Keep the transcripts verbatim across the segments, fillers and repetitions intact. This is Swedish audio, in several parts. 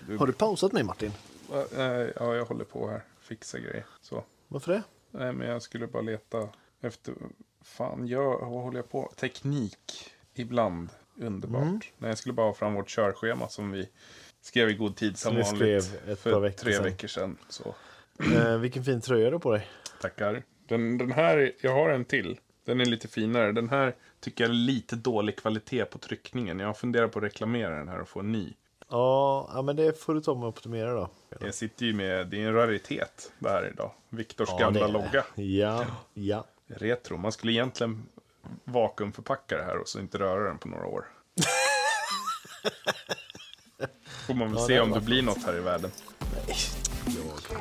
du... Har du pausat mig, Martin? Nej, ja, jag håller på här. Fixa grejer. Så. Varför det? Nej, men jag skulle bara leta efter... Fan, jag, vad håller jag på? Teknik. Ibland. Underbart. Mm. Nej, jag skulle bara ha fram vårt körschema som vi skrev i god tid som, Som vi vanligt. skrev ett för par veckor tre sedan. veckor sedan. Så. Eh, vilken fin tröja du har på dig. Tackar. Den, den här, jag har en till. Den är lite finare. Den här tycker jag är lite dålig kvalitet på tryckningen. Jag funderar på att reklamera den här och få en ny. Ja, ja men det får du ta med och optimera då. Jag sitter ju med, det är en raritet det här idag. Viktors Ja, gamla det är det. logga. Ja, ja. Retro. Man skulle egentligen vakuumförpacka det här och så inte röra den på några år. Får man väl Ja, se det om var det blir något här i världen. Nej, jag...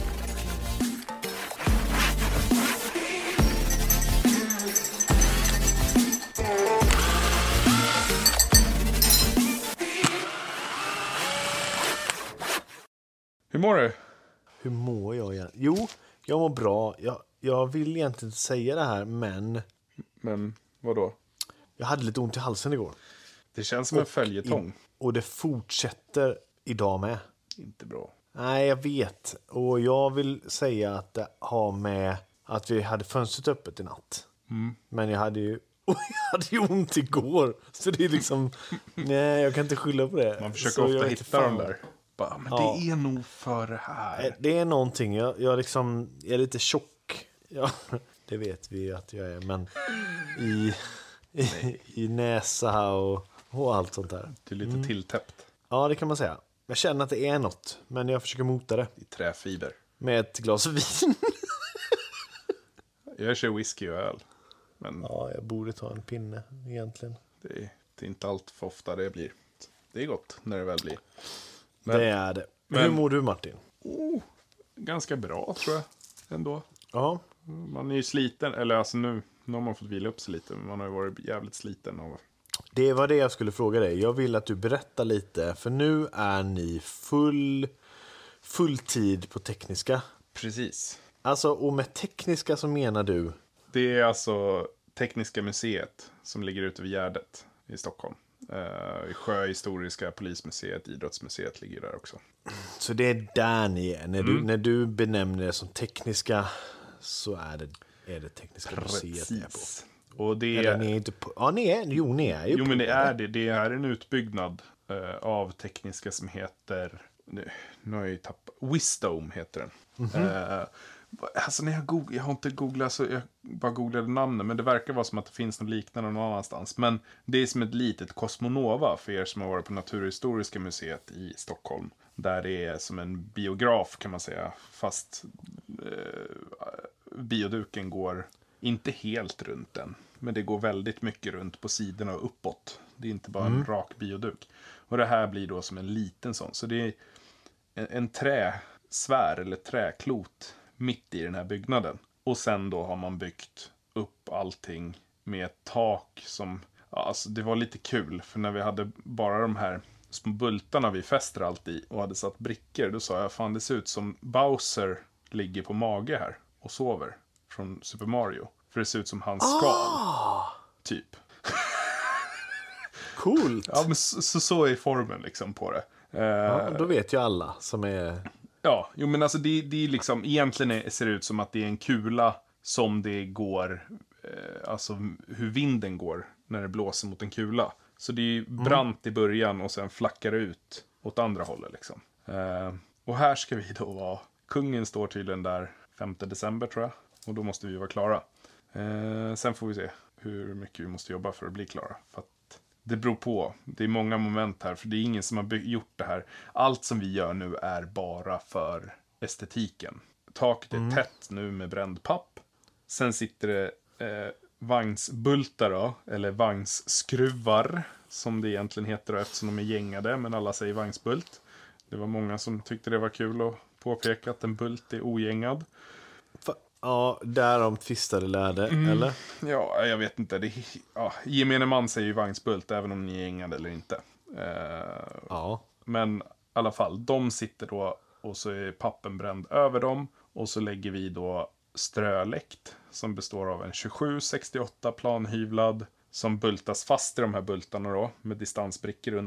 Hur mår du? Hur mår jag igen? Jo, jag mår bra. Jag, jag vill egentligen inte säga det här, men Men vadå? jag hade lite ont i halsen igår. Det känns som en följetong. I, och det fortsätter idag med. Inte bra. Nej, jag vet. Och jag vill säga att det har med att vi hade fönstret öppet i natt. Mm. Men jag hade ju jag hade ju ont igår. Så det är liksom... nej, jag kan inte skylla på det. Man försöker Så jag ofta vet hitta fan. dem där. Bara, men Ja. det är nog för det här. Det är någonting. Jag, jag liksom jag är lite tjock. Ja, det vet vi att jag är. Men i, i, i näsa och, och allt sånt där. Du är lite tilltäppt Ja, det kan man säga. Jag känner att det är något. Men jag försöker mota det. i träfiber. Med ett glas vin. Jag kör whisky och öl. Men Ja, jag borde ta en pinne egentligen. det är, det är inte allt för ofta det blir. Det är gott när det väl blir. Men, Det är det. men- Hur mår du, Martin? oh, ganska bra tror jag ändå. Ja, Man är ju sliten, eller alltså nu, nu har man fått vila upp sig lite. Men man har ju varit jävligt sliten av... det var det jag skulle fråga dig. Jag vill att du berättar lite. För nu är ni full, full tid på tekniska. Precis. Alltså, och med tekniska så menar du... Det är alltså Tekniska museet som ligger ute vid Gärdet i Stockholm. Uh, Sjöhistoriska polismuseet, idrottsmuseet ligger där också. Så det är där ni är. När, du, Mm. när du benämner det som tekniska så är det, är det tekniska museet ni är på. Precis. Och det Eller är... ni är inte på... Ja, ni är. Jo, ni är ju Jo, på men det är det. Det är en utbyggnad uh, av tekniska som heter... Nu, nu har jag ju tappat... Wisdom heter den. Mm-hmm. Uh, alltså när jag, goog... jag har inte googlat så jag bara googlade namnet. Men det verkar vara som att det finns något liknande någon annanstans. Men det är som ett litet Cosmonova för er som har varit på Naturhistoriska museet i Stockholm. Där det är som en biograf kan man säga. Fast uh, bioduken går inte helt runt den. Men det går väldigt mycket runt på sidorna och uppåt. Det är inte bara en rak bioduk. Och det här blir då som en liten sån. Så det är en, en träsfär eller träklot mitt i den här byggnaden. Och sen då har man byggt upp allting med ett tak som... Ja, alltså det var lite kul. För när vi hade bara de här små bultarna vi fäster allt i och hade satt brickor. Då sa jag, fan det ser ut som Bowser ligger på mage här och sover. Från Super Mario. För det ser ut som hans skal. Ah, Typ. coolt! Ja, men så, så, så är formen liksom på det. Uh, Ja, då vet ju alla som är... ja, jo men alltså det, det är liksom, egentligen är, ser det ut som att det är en kula som det går, eh, alltså hur vinden går när det blåser mot en kula. Så det är brant i början och sen flackar det ut åt andra hållet liksom. Uh, och här ska vi då vara, kungen står tydligen där femte december tror jag. Och då måste vi vara klara. Uh, sen får vi se hur mycket vi måste jobba för att bli klara. För att det beror på. Det är många moment här. För det är ingen som har by- gjort det här. Allt som vi gör nu är bara för estetiken. Taket är tätt nu med bränd papp. Sen sitter det eh, vagnsbultar då. Eller vagnsskruvar. Som det egentligen heter då, eftersom de är gängade. Men alla säger vagnsbult. Det var många som tyckte det var kul att påpeka att en bult är ogängad. Ja, därom tvistade lärde, Mm. eller? Ja, jag vet inte. Det, ja, gemene man säger ju vagnsbult även om ni är gängade eller inte. Eh, Ja. Men i alla fall, de sitter då och så är pappen bränd över dem. Och så lägger vi då ströläkt som består av en tjugosju sextioåtta planhyvlad som bultas fast i de här bultarna då med distansbrickor under.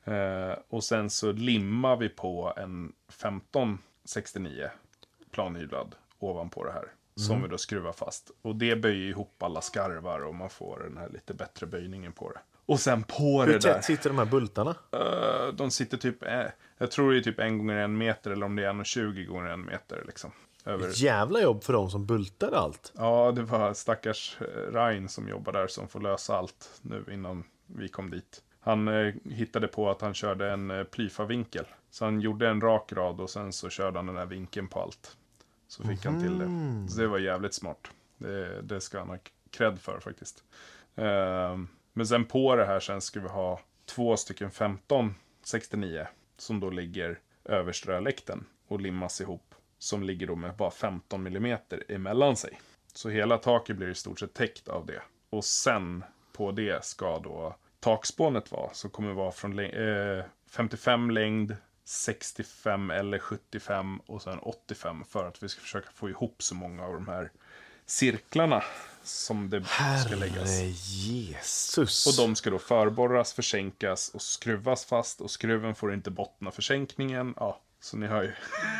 Eh, och sen så limmar vi på en femton sextionio planhyvlad ovanpå det här. Som Mm. vi då skruvar fast. Och det böjer ihop alla skarvar och man får den här lite bättre böjningen på det. Och sen på Hur det där. tätt sitter de här bultarna? Uh, de sitter typ, eh, jag tror det är typ en gånger en meter eller om det är en och tjugo gånger en meter liksom. Över. Jävla jobb för dem som bultar allt. Ja, det var stackars Ryan som jobbar där som får lösa allt nu innan vi kom dit. Han eh, hittade på att han körde en eh, plyfa-vinkel. Så han gjorde en rak rad och sen så körde han den här vinkeln på allt. Så fick han till det. Så det var jävligt smart. Det, det ska han ha cred för faktiskt. Uh, men sen på det här sen ska vi ha två stycken femton sextionio som då ligger överst rörläkten och limmas ihop. Som ligger då med bara femton millimeter emellan sig. Så hela taket blir i stort sett täckt av det. Och sen på det ska då takspånet vara. Så kommer det vara från eh, femtiofem längd, sextiofem eller sjuttiofem och sen åttiofem. För att vi ska försöka få ihop så många av de här cirklarna som det ska läggas. Herre Jesus. Och de ska då förborras, försänkas och skruvas fast. Och skruven får inte bottna försänkningen. Ja, så ni hör ju.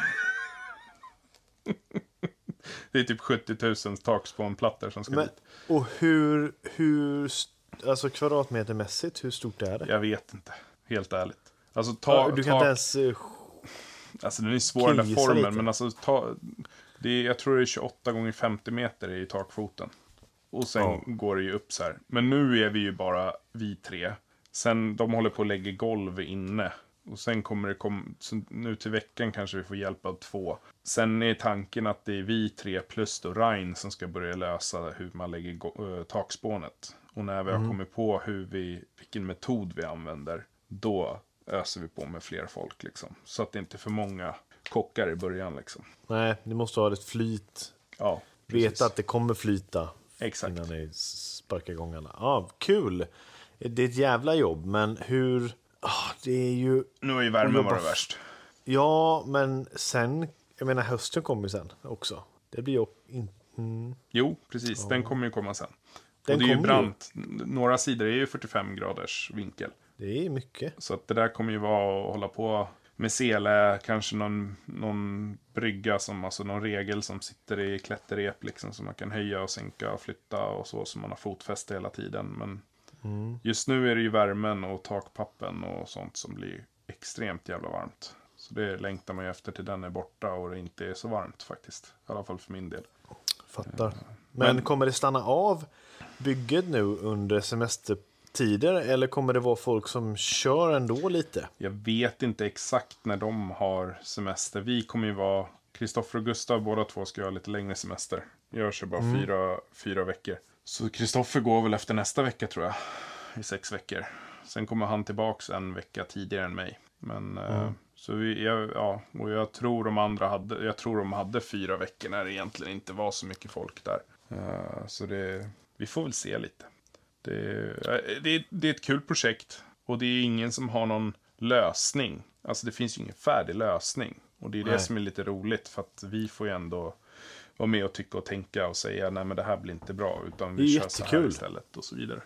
Det är typ sjuttio tusen takspånplattor som ska Men, dit. och hur, hur, alltså kvadratmetermässigt, hur stort är det? Jag vet inte, helt ärligt. Alltså ta, Ja, du kan ta, inte ens... Uh, alltså den är svår den där killgissa formen, lite. men alltså ta, det är, jag tror det är tjugoåtta gånger femtio meter i takfoten. Och sen Ja. går det ju upp så här. Men nu är vi ju bara vi tre. Sen de håller på att lägga golv inne. Och sen kommer det komma, så nu till veckan kanske vi får hjälp av två. Sen är tanken att det är vi tre plus då Ryan som ska börja lösa hur man lägger go- äh, takspånet. Och när vi har kommit på hur vi, vilken metod vi använder, då öser vi på med fler folk liksom. Så att det inte är för många kockar i början liksom. nej, ni måste ha ett flyt. Ja, precis. Veta att det kommer flyta. Exakt. Innan ni sparkar igång alla. Ja, kul. Det är ett jävla jobb, men hur... Ah, det är ju... Nu är ju värmen jobba varit f- värst. Ja, men sen... Jag menar, hösten kommer ju sen också. Det blir ju... In, mm, Jo, precis. Den kommer ju komma sen. Den och det är ju kommer brant. Några sidor är ju fyrtiofem graders vinkel. det är mycket. Så att det där kommer ju vara att hålla på med sele, kanske någon, någon brygga, som, alltså någon regel som sitter i klätterrep liksom, som man kan höja och sänka och flytta och så, så man har fotfäste hela tiden. Men Mm. just nu är det ju värmen och takpappen och sånt som blir extremt jävla varmt. Så det längtar man ju efter till den är borta och det inte är så varmt faktiskt. I alla fall för min del. Fattar. Men, Men- kommer det stanna av bygget nu under semestertider? Eller kommer det vara folk som kör ändå lite? Jag vet inte exakt när de har semester. Vi kommer ju vara... Kristoffer och Gustav, båda två ska ha lite längre semester. Jag kör bara Mm. fyra, fyra veckor. Så Kristoffer går väl efter nästa vecka tror jag. I sex veckor. Sen kommer han tillbaks en vecka tidigare än mig. Men... Eh, Mm. så vi, jag, ja, och jag tror de andra hade... Jag tror de hade fyra veckor när det egentligen inte var så mycket folk där. Eh, så det... Vi får väl se lite. Det, det, det är ett kul projekt. Och det är ingen som har någon lösning. Alltså det finns ju ingen färdig lösning. Och det är det Nej. som är lite roligt. För att vi får ju ändå vara med och tycka och tänka. Och säga nej men det här blir inte bra. Utan Det är vi kör så här jättekul. istället. Och så vidare.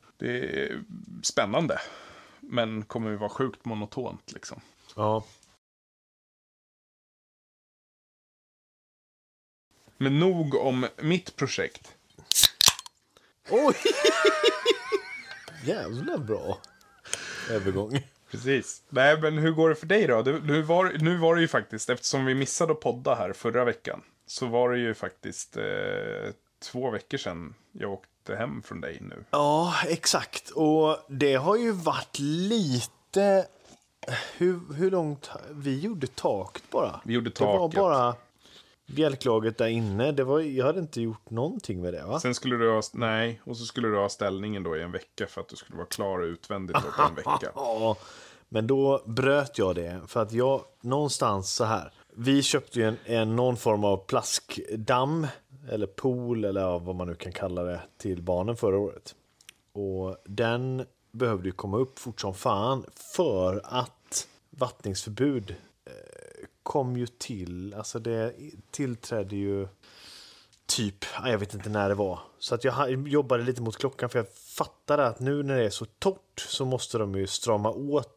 Det är spännande. Men kommer ju vara sjukt monotont liksom. Ja. Men nog om mitt projekt. Oj! Jävla bra övergång. Precis. Nej, men hur går det för dig då? Du, nu, var, nu var det ju faktiskt, eftersom vi missade att podda här förra veckan, så var det ju faktiskt eh, två veckor sedan jag åkte hem från dig nu. Ja, exakt. Och det har ju varit lite... Hur, hur långt... Vi gjorde taket bara. Vi gjorde Det var taket. bara bjälklaget där inne. Det var, jag hade inte gjort någonting med det, va? Sen skulle du ha, nej, och så skulle du ha ställningen då i en vecka för att du skulle vara klar utvändigt då på en vecka. Ja, men då bröt jag det. För att jag, någonstans så här. Vi köpte ju en, en någon form av plaskdamm. Eller pool, eller ja, vad man nu kan kalla det, till barnen förra året. Och den behövde ju komma upp fort som fan. För att vattningsförbud eh, kom ju till. Alltså det tillträdde ju typ, jag vet inte när det var. Så att jag ha- jobbade lite mot klockan, för jag fattade att nu när det är så torrt så måste de ju strama åt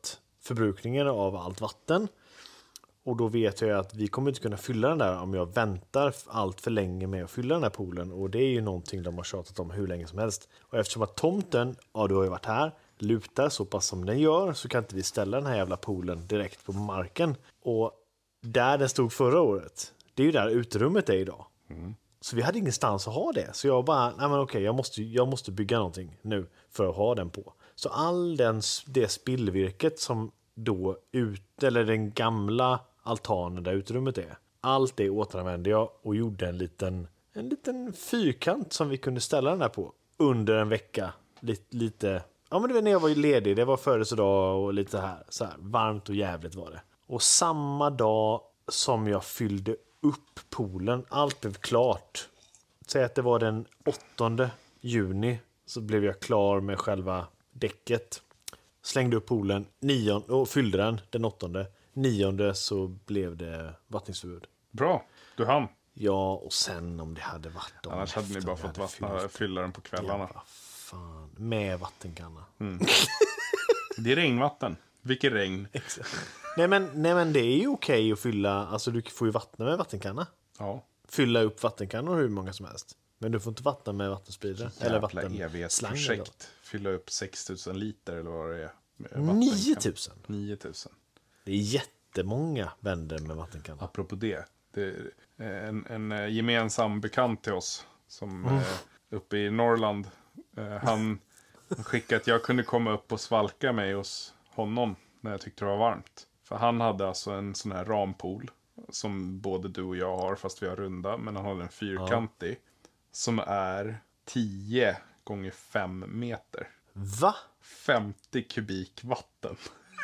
förbrukningen av allt vatten. Och då vet jag att vi kommer inte kunna fylla den där om jag väntar allt för länge med att fylla den här poolen. Och det är ju någonting de har tjatat om hur länge som helst. Och eftersom att tomten, ja du har ju varit här, lutar så pass som den gör, så kan inte vi ställa den här jävla poolen direkt på marken. Och där den stod förra året, det är ju där utrummet är idag. Mm. Så vi hade ingenstans att ha det. Så jag bara, nej men okej, jag måste, jag måste bygga någonting nu för att ha den på. Så all den, det spillvirket som då ut, eller den gamla altanen där utrummet är, allt det återanvände jag och gjorde en liten, en liten fyrkant som vi kunde ställa den där på under en vecka. Lite, lite ja men det var när jag var ledig, det var födelsedag och lite här, så här varmt och jävligt var det. Och samma dag som jag fyllde upp poolen, allt blev klart. Säg att det var den åttonde juni, så blev jag klar med själva däcket. Slängde upp poolen nionde, och fyllde den den åttonde. Nionde så blev det vattningsförbud. Bra, du hann. Ja, och sen om det hade varit... Annars hade ni bara fått vattna, fylla den på kvällarna. Ja, fan. Med vattenkanna. Mm. Det är regnvatten. Vilket regn. Exakt. Nej, men, nej men det är ju okej att fylla. Alltså du får ju vattna med vattenkanna. Ja. Fylla upp vattenkannor hur många som helst. Men du får inte vattna med vattenspridare. Eller vatten evighetsprojekt. Fylla upp sex tusen liter eller vad det är. nio tusen. nio tusen. Det är jättemånga vänder med vattenkanna. Apropå det. Det är en, en gemensam bekant till oss. Som mm. är uppe i Norrland. Han skickade att jag kunde komma upp och svalka mig hos honom när jag tyckte det var varmt. För han hade alltså en sån här rampool som både du och jag har, fast vi har runda, men han hade en fyrkantig ja. Som är tio gånger fem meter. Va? femtio kubik vatten.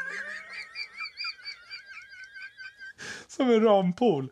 Som en rampool.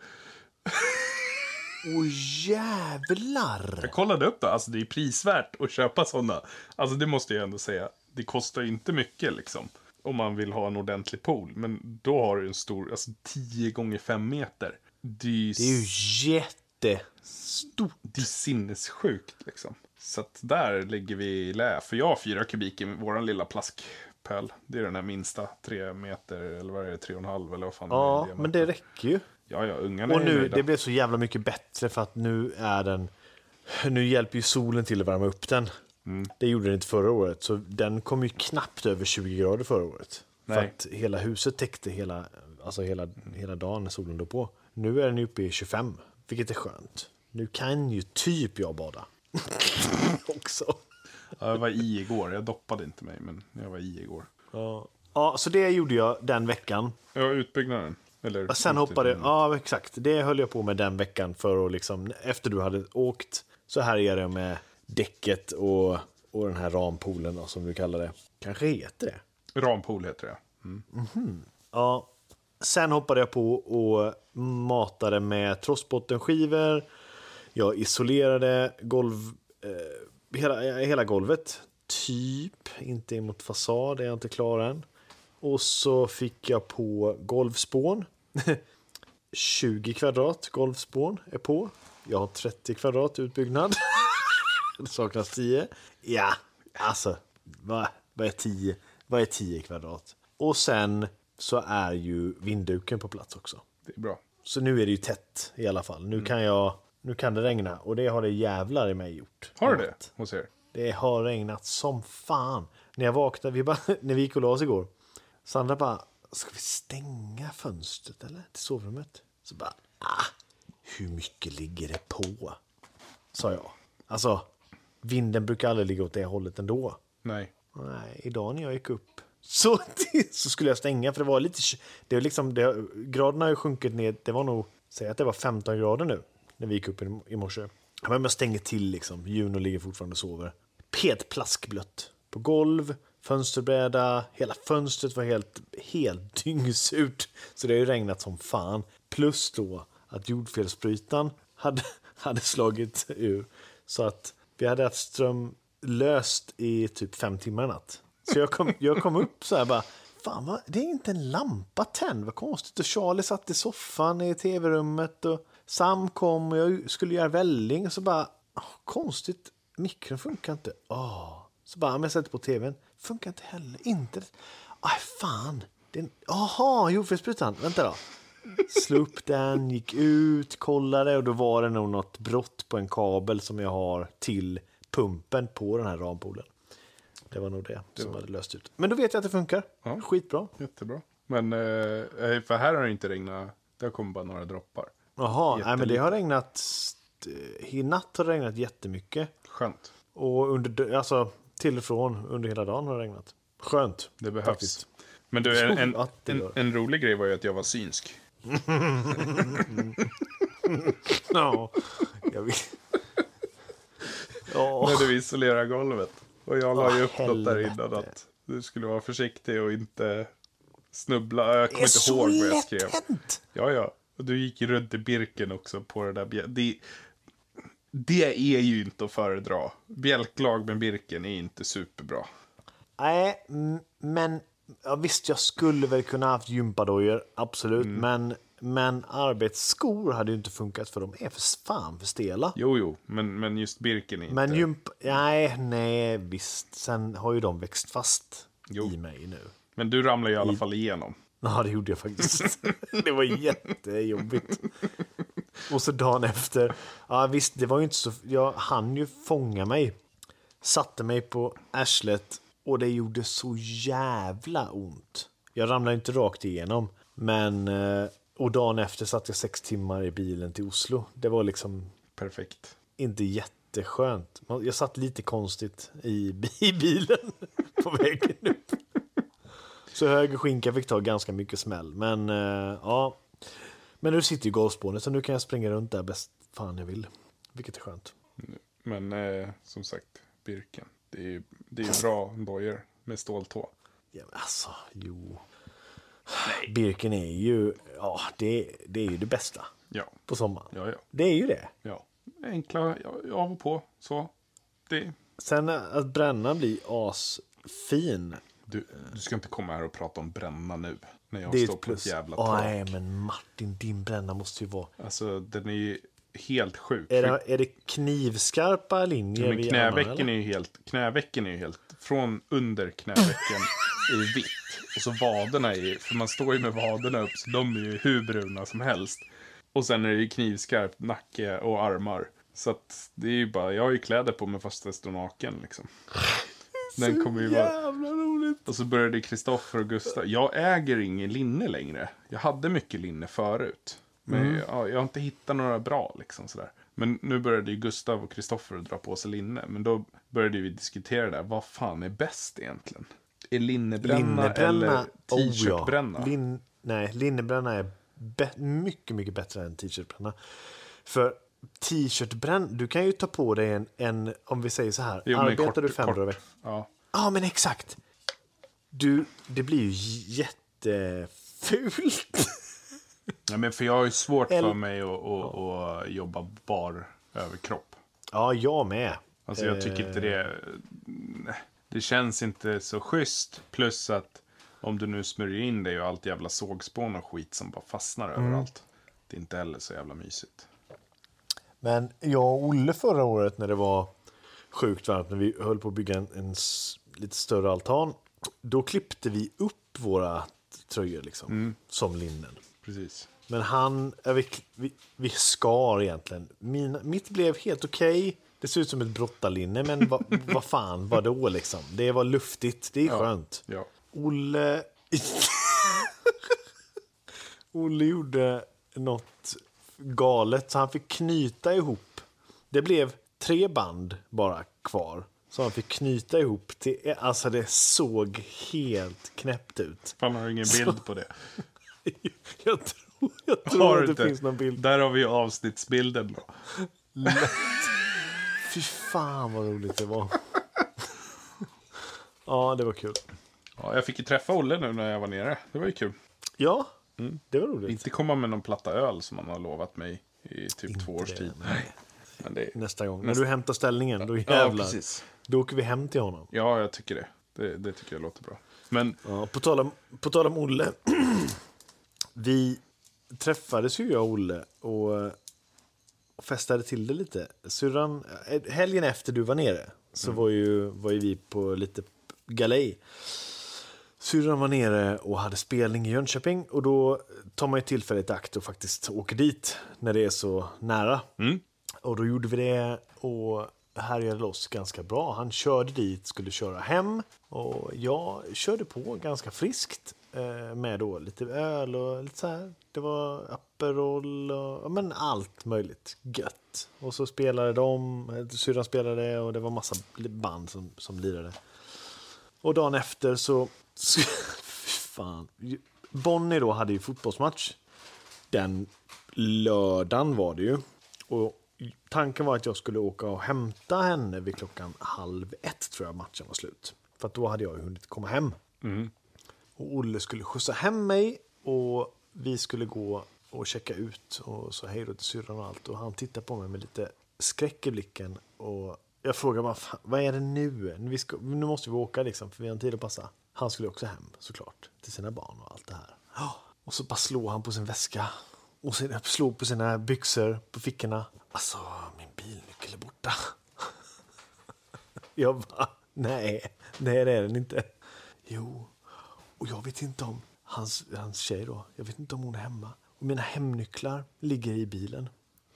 Åh oh, jävlar! Jag kollade upp det, alltså det är prisvärt att köpa sådana. Alltså det måste jag ändå säga. Det kostar inte mycket liksom. Om man vill ha en ordentlig pool. Men då har du en stor, alltså tio gånger fem meter. Det är, det är ju jättestort. Det är sinnessjukt liksom. Så att där ligger vi i lä. För jag har fyra kubik i våran lilla plaskpöl. Det är den här minsta, tre meter eller vad är det, tre och en halv eller vad fan ja, är det. Men det räcker ju. Ja, ja, ungarna och är nu, nöjda. det blev så jävla mycket bättre för att nu är den, nu hjälper ju solen till att värma upp den. Mm. Det gjorde den inte förra året, så den kom ju knappt över tjugo grader förra året. Nej. För att hela huset täckte hela, alltså hela, hela dagen när solen låg på. Nu är den uppe i tjugofem, vilket är skönt. Nu kan ju typ jag bada. Också. Ja, jag var i igår, jag doppade inte mig, men jag var i igår. Ja, ja så det gjorde jag den veckan. Ja, utbyggnaden. Eller sen hoppade jag, ja exakt, det höll jag på med den veckan för att liksom, efter du hade åkt så här är det med däcket och, och den här rampoolen då, som du kallar det. Kanske heter det. Rampool heter det. Mm. Mm-hmm. Ja, sen hoppade jag på och matade med trossbottenskivor. Jag isolerade golv, eh, hela, hela golvet. Typ, inte emot fasad, är jag inte klar än. Och så fick jag på golvspån. tjugo kvadrat golvspån är på. Jag har trettio kvadrat utbyggnad. Det saknas tio. Ja, alltså, vad, vad är tio? Vad är tio kvadrat? Och sen så är ju vindduken på plats också. Det är bra. Så nu är det ju tätt i alla fall. Nu, mm. kan, jag, nu kan det regna. Och det har det jävlar i mig gjort. Har det det hos er? Det har regnat som fan. När jag vaknade, vi bara, när vi gick och la oss igår. Sandra bara, ska vi stänga fönstret eller? Till sovrummet? Så bara, ah, hur mycket ligger det på? Sa jag. Alltså, vinden brukar aldrig ligga åt det hållet ändå. Nej. Nej, idag när jag gick upp så, så skulle jag stänga. För det var lite, det var liksom, det, graderna har ju sjunkit ner. Det var nog, säg att det var femton grader nu. När vi gick upp i, i morse. Men jag stänger till liksom. Juno ligger fortfarande och sover. Pet plaskblött. På golv, fönsterbräda. Hela fönstret var helt, helt dyngsurt. Så det har ju regnat som fan. Plus då att jordfelsbrytaren hade, hade slagit ur. Så att vi hade haft ström löst i typ fem timmar i natt. Så jag kom, jag kom upp så här bara, fan vad, det är inte en lampa tänd, vad konstigt. Och Charlie satt i soffan i tv-rummet och Sam kom och jag skulle göra välling. Och så bara, åh, konstigt, mikron funkar inte. Åh. Så bara, men jag sätter på tvn, funkar inte heller. Inte. Aj fan, Den, aha, jordfelssprutan. Vänta då. Slå upp den, gick ut, kollade och då var det nog något brott på en kabel som jag har till pumpen på den här rampoolen. Det var nog det, det som var... hade löst ut. Men då vet jag att det funkar. Ja. Skitbra. Jättebra. Men eh, för här har det inte regnat. Det kommer bara några droppar. Jaha, nej, men det har regnat. I natt har det regnat jättemycket. Skönt. Och under, alltså, till och från under hela dagen har det regnat. Skönt. Det behövs. Faktiskt. Men du, en, en, en, en rolig grej var ju att jag var synsk. Ja, jag vet. Oh. När du isolerar golvet. Och jag la ju upp något där innan att du skulle vara försiktig och inte snubbla. Jag kommer inte ihåg vad jag skrev. Hänt. Ja, ja. Och du gick runt i Birken också på det där. Det, det är ju inte att föredra. Bjälklag med Birken är inte superbra. Nej, men ja, visst, jag skulle väl kunna haft gympadojor, absolut. Mm. Men, men arbetsskor hade ju inte funkat för de är för fan för stela. Jo, jo, men, men just Birken är inte... Men gymp... Nej, nej, visst. Sen har ju de växt fast jo. i mig nu. Men du ramlar ju i alla I... fall igenom. Ja, det gjorde jag faktiskt. Det var jättejobbigt. Och så dagen efter... Ja, visst, det var ju inte så... Jag hann ju fånga mig. Satte mig på arslet. Och det gjorde så jävla ont. Jag ramlade inte rakt igenom. Men... Och dagen efter satt jag sex timmar i bilen till Oslo. Det var liksom... Perfekt. Inte jätteskönt. Jag satt lite konstigt i, i bilen på vägen upp. Så höger skinka fick ta ganska mycket smäll. Men uh, ja. Men nu sitter ju golfspånet så nu kan jag springa runt där bäst fan jag vill. Vilket är skönt. Men eh, som sagt, Birken. Det är ju det är bra dojor med ståltå. Ja, alltså, jo. Nej. Birken är ju, ja, det, det är ju det bästa. Ja. På sommaren. Ja, ja. Det är ju det. Ja. Enkla, ja, av och på. Så. Det. Sen att bränna blir asfin. Du, du ska inte komma här och prata om bränna nu. När jag det står på ett jävla tak. Nej, men Martin, din bränna måste ju vara... Alltså, den är ju helt sjuk. Är det, är det knivskarpa linjer? Men knävecken är ju helt... Knävecken är ju helt... Från under knävecken är vitt. Och så vaderna är... För man står ju med vaderna upp, så de är ju hur bruna som helst. Och sen är det ju knivskarpt nacke och armar. Så att det är ju bara... Jag har ju kläder på mig fast jag står naken, liksom. Den kommer ju vara... jävla roligt. Och så började Kristoffer och Gustav. Jag äger ingen linne längre. Jag hade mycket linne förut. Men mm. jag, jag har inte hittat några bra liksom sådär. Men nu började ju Gustav och Kristoffer dra på sig linne. Men då började vi diskutera där. Vad fan är bäst egentligen? Är linnebränna, linnebränna eller t-shirtbränna? Oh, ja. Lin, nej, linnebränna är be- mycket, mycket bättre än t-shirtbränna. För t-shirtbränna, du kan ju ta på dig en, en om vi säger så här. Jo, arbetar kort, du fem dagar i veckan? Ja. Ja, men exakt. Du, det blir ju jättefult. Ja, men för jag har ju svårt för mig att, att, att jobba bar överkropp. Ja, jag med. Alltså jag tycker inte det... Det känns inte så schysst. Plus att om du nu smörjer in dig och allt jävla sågspån och skit som bara fastnar mm. överallt. Det är inte heller så jävla mysigt. Men jag och Olle förra året när det var sjukt varmt, när vi höll på att bygga en, en lite större altan, då klippte vi upp våra tröjor liksom, mm. som linnen. Precis. Men han, vi, vi, vi skar egentligen. Mina, mitt blev helt okej. Okay. Det ser ut som ett brottarlinne, men vad va fan, vad då liksom? Det var luftigt, det är ja. skönt. Ja. Olle... Olle gjorde något galet, så han fick knyta ihop. Det blev tre band bara kvar. Så han fick knyta ihop till... Alltså det såg helt knäppt ut. Fan, har ingen bild så... på det. Jag tror, jag tror att det inte finns någon bild. Där har vi ju avsnittsbilden då. Fy fan vad roligt det var. Ja, det var kul. Ja, jag fick ju träffa Olle nu när jag var nere. Det var ju kul. Ja, mm. det var roligt. Inte komma med någon platta öl som han har lovat mig i typ inte två års tid. Nej. Men det... Nästa gång. Nästa... När du hämtar ställningen, då jävlar. Ja, precis. Då åker vi hem till honom. Ja, jag tycker det. Det, det tycker jag låter bra. Men... Ja, på tal om, på tal om Olle. Vi träffades ju jag och Olle och, och festade till det lite. Syrran, helgen efter du var nere så mm. var, ju, var ju vi på lite galej. Syrran var nere och hade spelning i Jönköping och då tar man ju tillfället i akt och faktiskt åker dit när det är så nära. Mm. Och då gjorde vi det och härjade loss ganska bra. Han körde dit, skulle köra hem och jag körde på ganska friskt eh, med då lite öl och lite så här. Det var Aperol och men allt möjligt gött. Och så spelade de, syrran spelade och det var massa band som, som lirade. Och dagen efter så fan, Bonnie då hade ju fotbollsmatch. Den lördagen var det ju. Och tanken var att jag skulle åka och hämta henne vid klockan halv ett tror jag matchen var slut. För att då hade jag hunnit komma hem. Mm. Och Olle skulle skjutsa hem mig och vi skulle gå och checka ut och så hej då till syrran och allt. Och han tittade på mig med lite skräck i blicken och jag frågade bara, vad är det nu? Vi ska, nu måste vi åka liksom, för vi har en tid att passa. Han skulle också hem såklart till sina barn och allt det här. Och så bara slår han på sin väska och sen slår på sina byxor på fickorna. Alltså, min bilnyckel är borta. Jag bara, nej, nej det är den inte. Jo, och jag vet inte om hans, hans tjej då, jag vet inte om hon är hemma. Och mina hemnycklar ligger i bilen.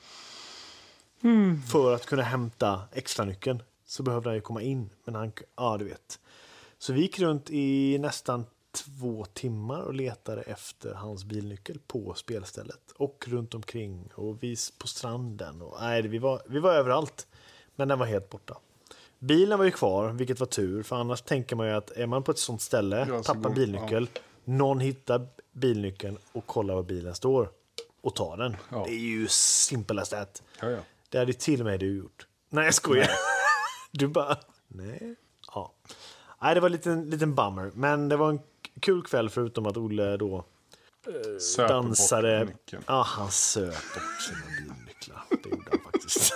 Mm. För att kunna hämta extra nyckeln så behövde han ju komma in. Men han, ja du vet. Så vi gick runt i nästan två timmar och letade efter hans bilnyckel på spelstället. Och runt omkring och vi på stranden. Och, nej, vi, var, vi var överallt. Men den var helt borta. Bilen var ju kvar, vilket var tur. För annars tänker man ju att är man på ett sånt ställe, ja, tappar går, bilnyckel. Ja. Någon hittar bilnyckeln och kollar var bilen står. Och tar den. Ja. Det är ju simpelast att. Ja, ja. Det hade till och med du gjort. Nej, jag skojar. Nej. Du bara, nej. Ja. Nej, det var en liten, liten bummer. Men det var en kul kväll förutom att Olle då söp dansade. Ja, han söp bort sina bilnycklar. Det gjorde han faktiskt.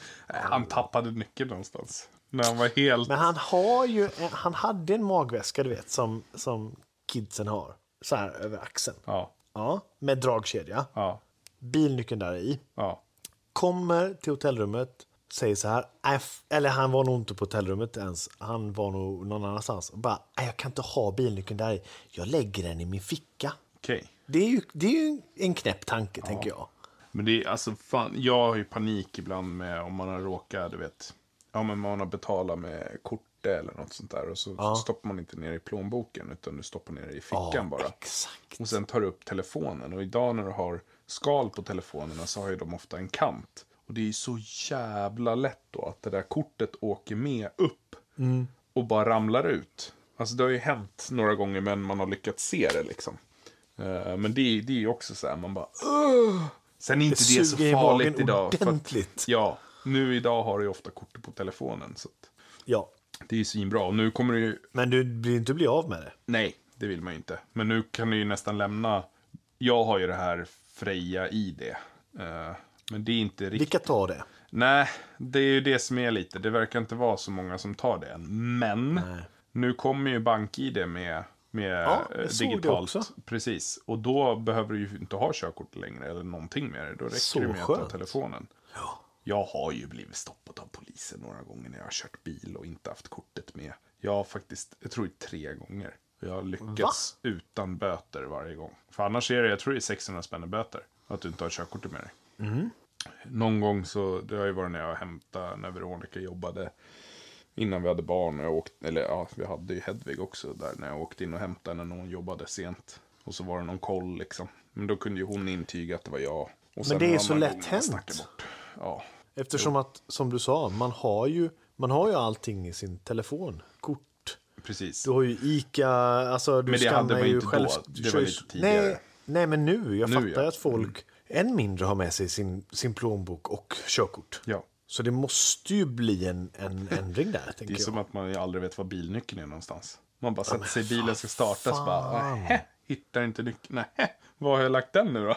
Han tappade nyckeln någonstans. När han var helt... Men han har ju, han hade en magväska, du vet, som, som kidsen har. Så här över axeln. Ja. Ja, med dragkedja. Ja. Bilnyckeln där i. Ja. Kommer till hotellrummet, säger så här, eller han var nog inte på hotellrummet ens, han var nog någon annanstans och bara, jag kan inte ha bilnyckeln där i, jag lägger den i min ficka. Okay. Det är ju, det är ju en knäpp tanke, ja. Tänker jag. Men det är alltså fan, jag har ju panik ibland med om man har råkat, du vet, ja men man har betalat med kort eller något sånt där och så, ja. så stoppar man inte ner i plånboken utan du stoppar ner i fickan ja, bara. Exakt. Och sen tar du upp telefonen och idag när du har skal på telefonerna så har ju de ofta en kant. Och det är ju så jävla lätt då att det där kortet åker med upp mm. och bara ramlar ut. Alltså det har ju hänt några gånger men man har lyckats se det liksom. Uh, men det, det är ju också så här, man bara... Uh! Sen är inte det, det så farligt idag. För att, ja, nu idag har du ju ofta kortet på telefonen. Så att, ja. Det är ju svinbra. Och nu kommer du ju... Men du vill inte bli av med det? Nej, det vill man ju inte. Men nu kan du ju nästan lämna... Jag har ju det här Freja I D. Uh, men det är inte riktigt... Vilka tar det? Nej, det är ju det som är lite. Det verkar inte vara så många som tar det än. Men Nej. Nu kommer ju BankI D med... med ja, digitalt. Precis. Och då behöver du ju inte ha körkort längre eller någonting med det. Då räcker så det med skönt. Att ta telefonen. Ja. Jag har ju blivit stoppad av polisen några gånger när jag har kört bil och inte haft kortet med. Jag har faktiskt, jag tror det är tre gånger. Jag har lyckats Va? Utan böter varje gång. För annars är det, jag tror det är sexhundra spänn böter. Att du inte har körkortet med dig. Mm. Någon gång så, det har ju varit när jag hämtade, när Veronica jobbade. Innan vi hade barn, och jag åkte, eller ja, vi hade ju Hedvig också där när jag åkte in och hämtade när någon jobbade sent. Och så var det någon koll liksom. Men då kunde ju hon intyga att det var jag. Och men det är så lätt hänt. Bort. Ja. Eftersom att, som du sa, man har ju, man har ju allting i sin telefon. Kort. Precis. Du har ju Ica, alltså du men det hade man ju inte själv. Då, det var lite tidigare. Nej, nej men nu, jag nu, fattar ja. Att folk mm. än mindre har med sig sin, sin plånbok och körkort. Ja. Så det måste ju bli en, en ändring där, tänker jag. Det är som att man aldrig vet var bilnyckeln är någonstans. Man bara sätter sig i bilen, ska starta, så bara, nähä, hittar inte nyckeln. Nähä, var har jag lagt den nu då?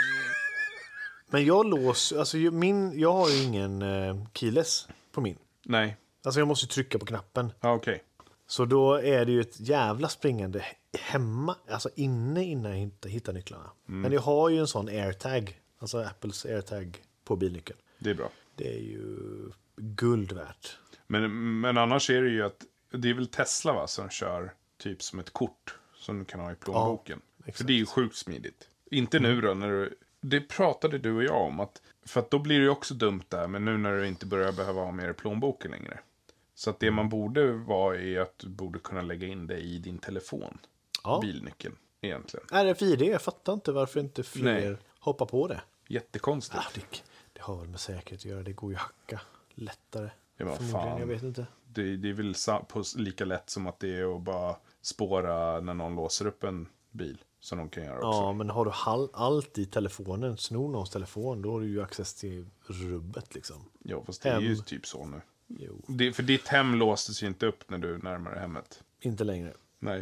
Men jag lås, alltså min, jag har ju ingen eh, keyless på min. Nej. Alltså jag måste trycka på knappen. Ja, okej. Okay. Så då är det ju ett jävla springande hemma, alltså inne innan jag hittar, hittar nycklarna. Mm. Men jag har ju en sån AirTag, alltså Apples AirTag på bilnyckeln. Det är bra. Det är ju guld värt. Men, men annars är det ju att det är väl Tesla va, som kör typ som ett kort som du kan ha i plånboken. Ja, för det är ju sjukt smidigt. Inte nu då, när du... Det pratade du och jag om, att, för att då blir det ju också dumt där, men nu när du inte börjar behöva ha mer i plånboken längre. Så att det man borde vara är att du borde kunna lägga in det i din telefon. Ja. Bilnyckeln, egentligen. R F I D, jag fattar inte varför inte fler Nej. hoppar på det. Jättekonstigt. Ah, det, det har väl med säkerhet att göra, det går ju hacka lättare. Ja, men fan. Jag vet inte. Det, det är väl på lika lätt som att det är att bara spåra när någon låser upp en bil. Som de kan göra också. Ja, men har du all, allt i telefonen, snor någons telefon, då har du ju access till rubbet liksom. Ja, fast det hem. är ju typ så nu. Jo. Det, för ditt hem låstes ju inte upp när du närmade hemmet. Inte längre. Nej.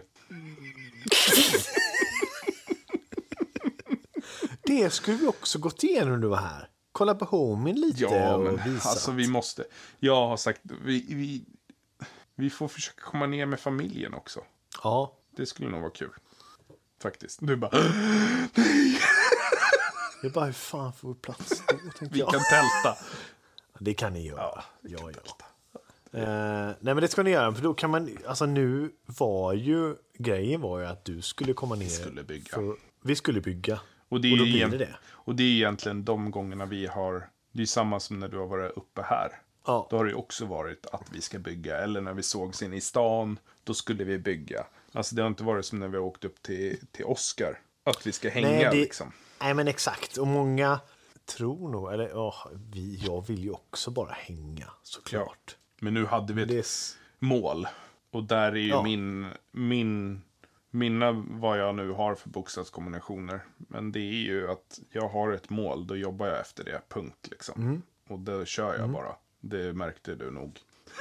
Det skulle vi också gått igenom när du var här. Kolla på Homien lite ja, och men visa. Alltså vi måste. Jag har sagt, vi, vi, vi får försöka komma ner med familjen också. Ja. Det skulle nog vara kul. Faktiskt. Du bara, nej. Jag bara, hur fan får vi plats då? Vi jag. kan tälta. Det kan ni göra. Ja, ja, ja. Uh, nej, men det ska ni göra. För då kan man, alltså nu var ju, grejen var ju att du skulle komma ner. Vi skulle bygga. För, vi skulle bygga. Och det, är och då blir igen, det det. Och det är egentligen de gångerna vi har, det är samma som när du har varit uppe här. Ja. Då har det ju också varit att vi ska bygga. Eller när vi sågs in i stan, då skulle vi bygga. Alltså det har inte varit som när vi har åkt upp till, till Oscar. Att vi ska hänga nej, det, liksom. Nej, men exakt. Och många tror nog, eller oh, vi, jag vill ju också bara hänga, såklart. Ja. Men nu hade vi ett är... mål. Och där är ju ja. min, min, mina vad jag nu har för bokstavskombinationer. Men det är ju att jag har ett mål, då jobbar jag efter det, punkt liksom. Mm. Och det kör jag mm. bara. Det märkte du nog.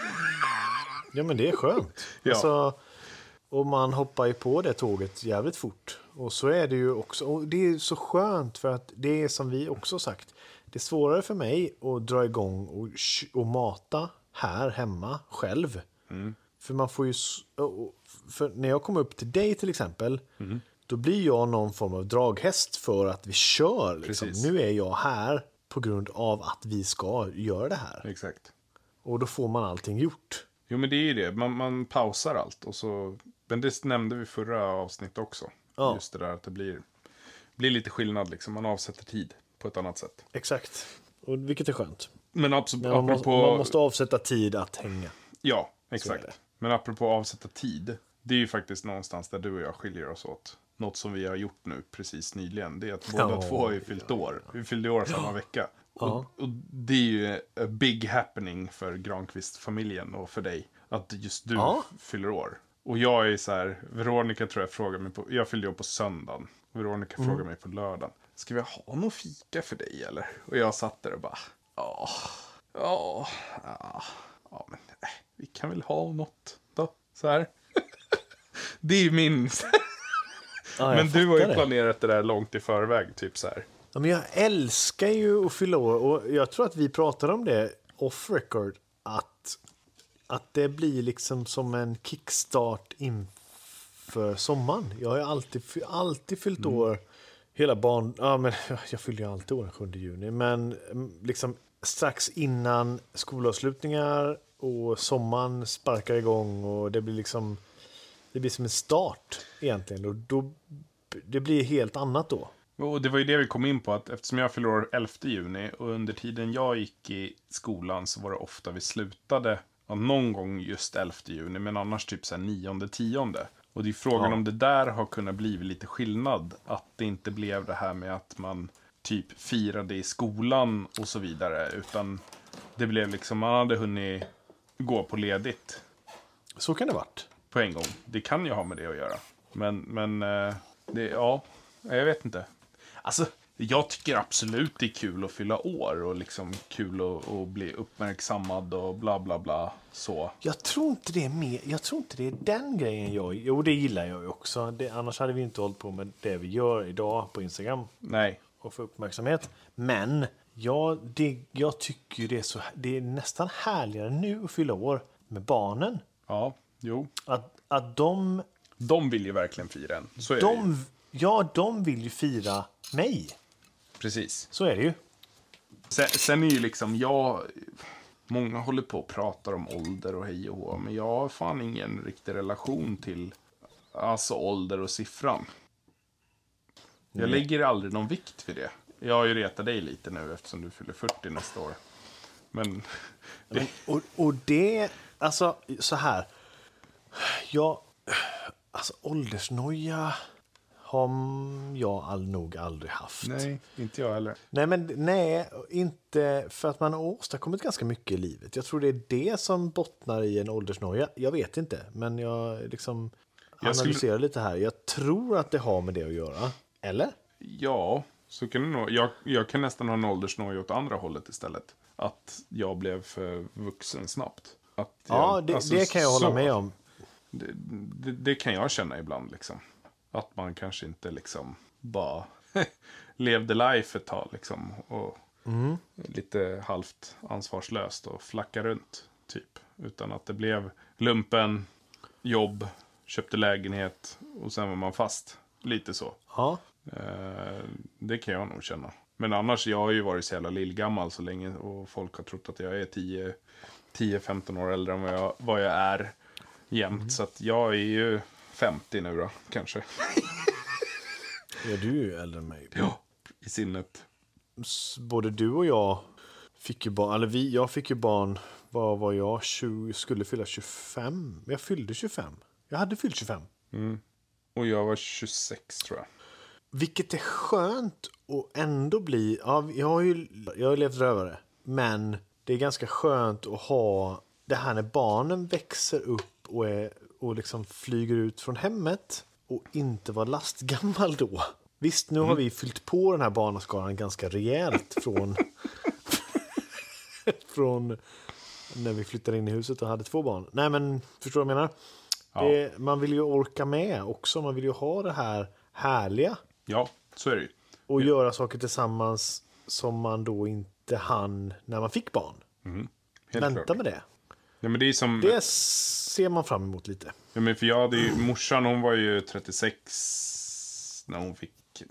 Ja, men det är skönt. ja. Alltså, och man hoppar ju på det tåget jävligt fort. Och så är det ju också. Och det är så skönt för att det är som vi också sagt. Det är svårare för mig att dra igång och, och mata här hemma själv. Mm. För man får ju... För när jag kommer upp till dig till exempel. Mm. Då blir jag någon form av draghäst för att vi kör. Liksom. Nu är jag här på grund av att vi ska göra det här. Exakt. Och då får man allting gjort. Jo, men det är ju det. Man, man pausar allt. Och så, men det nämnde vi förra avsnittet också. Ja. Just det där att det blir, blir lite skillnad. Liksom. Man avsätter tid på ett annat sätt. Exakt. Och vilket är skönt. Men absolut, man, apropå... måste, man måste avsätta tid att hänga. Ja, exakt. Men apropå avsätta tid. Det är ju faktiskt någonstans där du och jag skiljer oss åt. Något som vi har gjort nu precis nyligen. Det är att båda oh, två har ju fyllt ja, år. Vi fyllde år samma ja. vecka. Och, ja. och det är ju a big happening för Granqvist-familjen och för dig. Att just du ja. fyller år. Och jag är så här, Veronica tror jag frågar mig på, jag fyllde år på söndagen. Veronica mm. frågar mig på lördagen. Ska vi ha någon fika för dig eller? Och jag satt där och bara, ja, ja, ja, ja, men äh, vi kan väl ha något då, så här. Det är ju min... ja, men du har ju planerat det där långt i förväg, typ så här. Ja, men jag älskar ju att fylla år och jag tror att vi pratade om det off record, att, att det blir liksom som en kickstart inför sommaren. Jag har ju alltid, alltid fyllt mm. år hela barn... Ja, men jag fyller ju alltid år den sjunde juni, men liksom strax innan skolavslutningar och sommaren sparkar igång och det blir liksom... Det blir som en start egentligen och då, det blir helt annat då. Och det var ju det vi kom in på, att eftersom jag fyller år elfte juni och under tiden jag gick i skolan så var det ofta vi slutade ja, någon gång just elfte juni, men annars typ så här nionde, tionde. Och det är frågan ja. om det där har kunnat bli lite skillnad, att det inte blev det här med att man typ firade i skolan och så vidare, utan det blev liksom, man hade hunnit gå på ledigt. Så kan det varit. På en gång. Det kan ju ha med det att göra. Men, men det, ja, jag vet inte. Alltså, jag tycker absolut det är kul att fylla år och liksom kul att, att bli uppmärksammad och bla bla bla så. Jag tror inte det är mer, jag tror inte det är den grejen jag, jo det gillar jag ju också. Det, annars hade vi inte hållit på med det vi gör idag på Instagram. Nej. Och få uppmärksamhet. Men ja, det, jag tycker det är så, det är nästan härligare nu att fylla år med barnen. Ja. Jo. Att, att de... De vill ju verkligen fira en. Så är de, det ju. Ja, de vill ju fira mig. Precis. Så är det ju. Sen, sen är ju liksom jag... Många håller på och pratar om ålder och hej och hå. Men jag har fan ingen riktig relation till alltså ålder och siffran. Jag Nej. lägger aldrig någon vikt vid det. Jag har ju retat dig lite nu eftersom du fyller fyrtio nästa år. Men... Men, och, och det, alltså så här. Ja, alltså åldersnoja har jag all, nog aldrig haft. Nej, inte jag heller. Nej, men nej, inte för att man har åstadkommit ganska mycket i livet. Jag tror det är det som bottnar i en åldersnoja. Jag vet inte, men jag liksom Jag analyserar skulle- lite här. Jag tror att det har med det att göra. Eller? Ja, så kan det nog. Jag, jag kan nästan ha en åldersnoja åt andra hållet istället. Att jag blev för vuxen snabbt. Att jag, Ja, det, alltså, det kan jag hålla så. med om. Det, det, det kan jag känna ibland liksom. Att man kanske inte liksom bara levde life ett tag liksom. Och Mm. lite halvt ansvarslöst och flacka runt typ. Utan att det blev lumpen, jobb, köpte lägenhet och sen var man fast. Lite så. Ja. Eh, det kan jag nog känna. Men annars, jag har ju varit så jävla lillgammal så länge. Och folk har trott att jag är tio femton år äldre än vad jag, vad jag är jämt. Mm. Så att jag är ju femtio nu då, kanske. Ja, du är ju äldre än mig. Ja, i sinnet. S- Både du och jag fick ju barn, eller vi, jag fick ju barn, vad var jag, tjugo, skulle fylla tjugofem. Jag fyllde tjugofem. Jag hade fyllt tjugofem. Och jag var tjugosex tror jag. Vilket är skönt att ändå bli, ja, jag har ju jag har levt rövare, men det är ganska skönt att ha det här när barnen växer upp och, är, och liksom flyger ut från hemmet och inte vara lastgammal då. Visst, nu har vi fyllt på den här barnaskaran ganska rejält från från när vi flyttade in i huset och hade två barn. Nej, men förstår du vad jag menar? Ja. Det, man vill ju orka med också. Man vill ju ha det här härliga Ja, så är det ju. och göra saker tillsammans som man då inte hann när man fick barn. Helt Vänta klart. med det. Ja, men det är som... Det ser man fram emot lite. Ja, men för jag hade ju, morsan hon var ju trettiosex när hon fick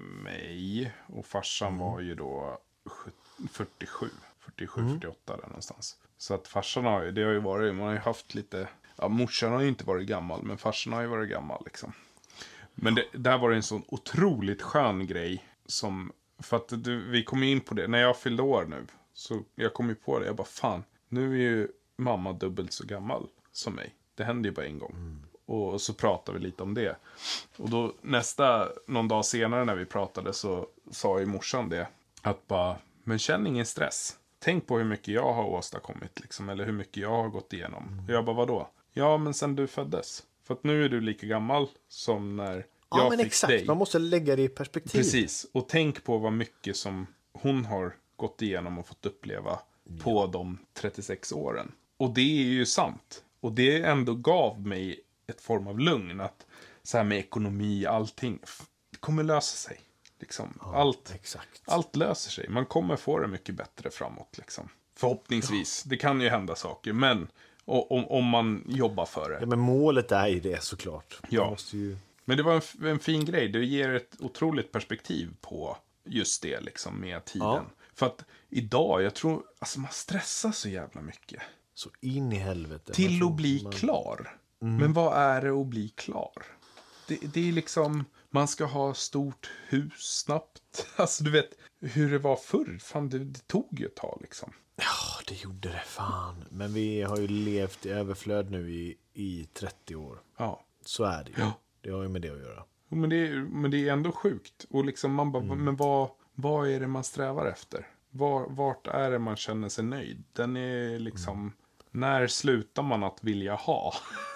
mig. Och farsan var ju då fyrtiosju, fyrtiosju, fyrtioåtta där någonstans. Så att farsan har ju, det har ju varit, man har ju haft lite, ja morsan har ju inte varit gammal, men farsan har ju varit gammal liksom. Men det, där var det en sån otroligt skön grej som, för att du, vi kom in på det, när jag fyllde år nu, så jag kom ju på det, jag bara fan, nu är ju mamma dubbelt så gammal som mig. Det hände ju bara en gång. Mm. Och så pratade vi lite om det. Och då nästa, någon dag senare när vi pratade så sa ju morsan det. Att bara, men känn ingen stress. Tänk på hur mycket jag har åstadkommit liksom. Eller hur mycket jag har gått igenom. Mm. Och jag bara, vadå? Ja, men sen du föddes. För att nu är du lika gammal som när jag Ja, men fick exakt. dig. Man måste lägga det i perspektiv. Precis. Och tänk på vad mycket som hon har gått igenom och fått uppleva på de trettiosex åren. Och det är ju sant. Och det ändå gav mig ett form av lugn. Att så här med ekonomi, allting. Det kommer lösa sig. Liksom. Ja, allt, exakt. allt löser sig. Man kommer få det mycket bättre framåt. Liksom. Förhoppningsvis. Det kan ju hända saker. Men om, om man jobbar för det. Ja, men målet är ju det såklart. Ja. Man måste ju... Men det var en, en fin grej. Det ger ett otroligt perspektiv på just det liksom med tiden. Ja. För att idag, jag tror, alltså man stressar så jävla mycket. Så in i helvete. Till Man att bli man... klar. Men vad är det att bli klar? Det, det är liksom, man ska ha stort hus snabbt. Alltså du vet, hur det var förr. Fan, det, det tog ju ett tag liksom. Ja, det gjorde det fan. Men vi har ju levt i överflöd nu i, i trettio år. Ja. Så är det ju. Ja. Det har ju med det att göra. Men det, är, men det är ändå sjukt. Och liksom man bara, men vad, vad är det man strävar efter? Var, vart är det man känner sig nöjd? Den är liksom, när slutar man att vilja ha?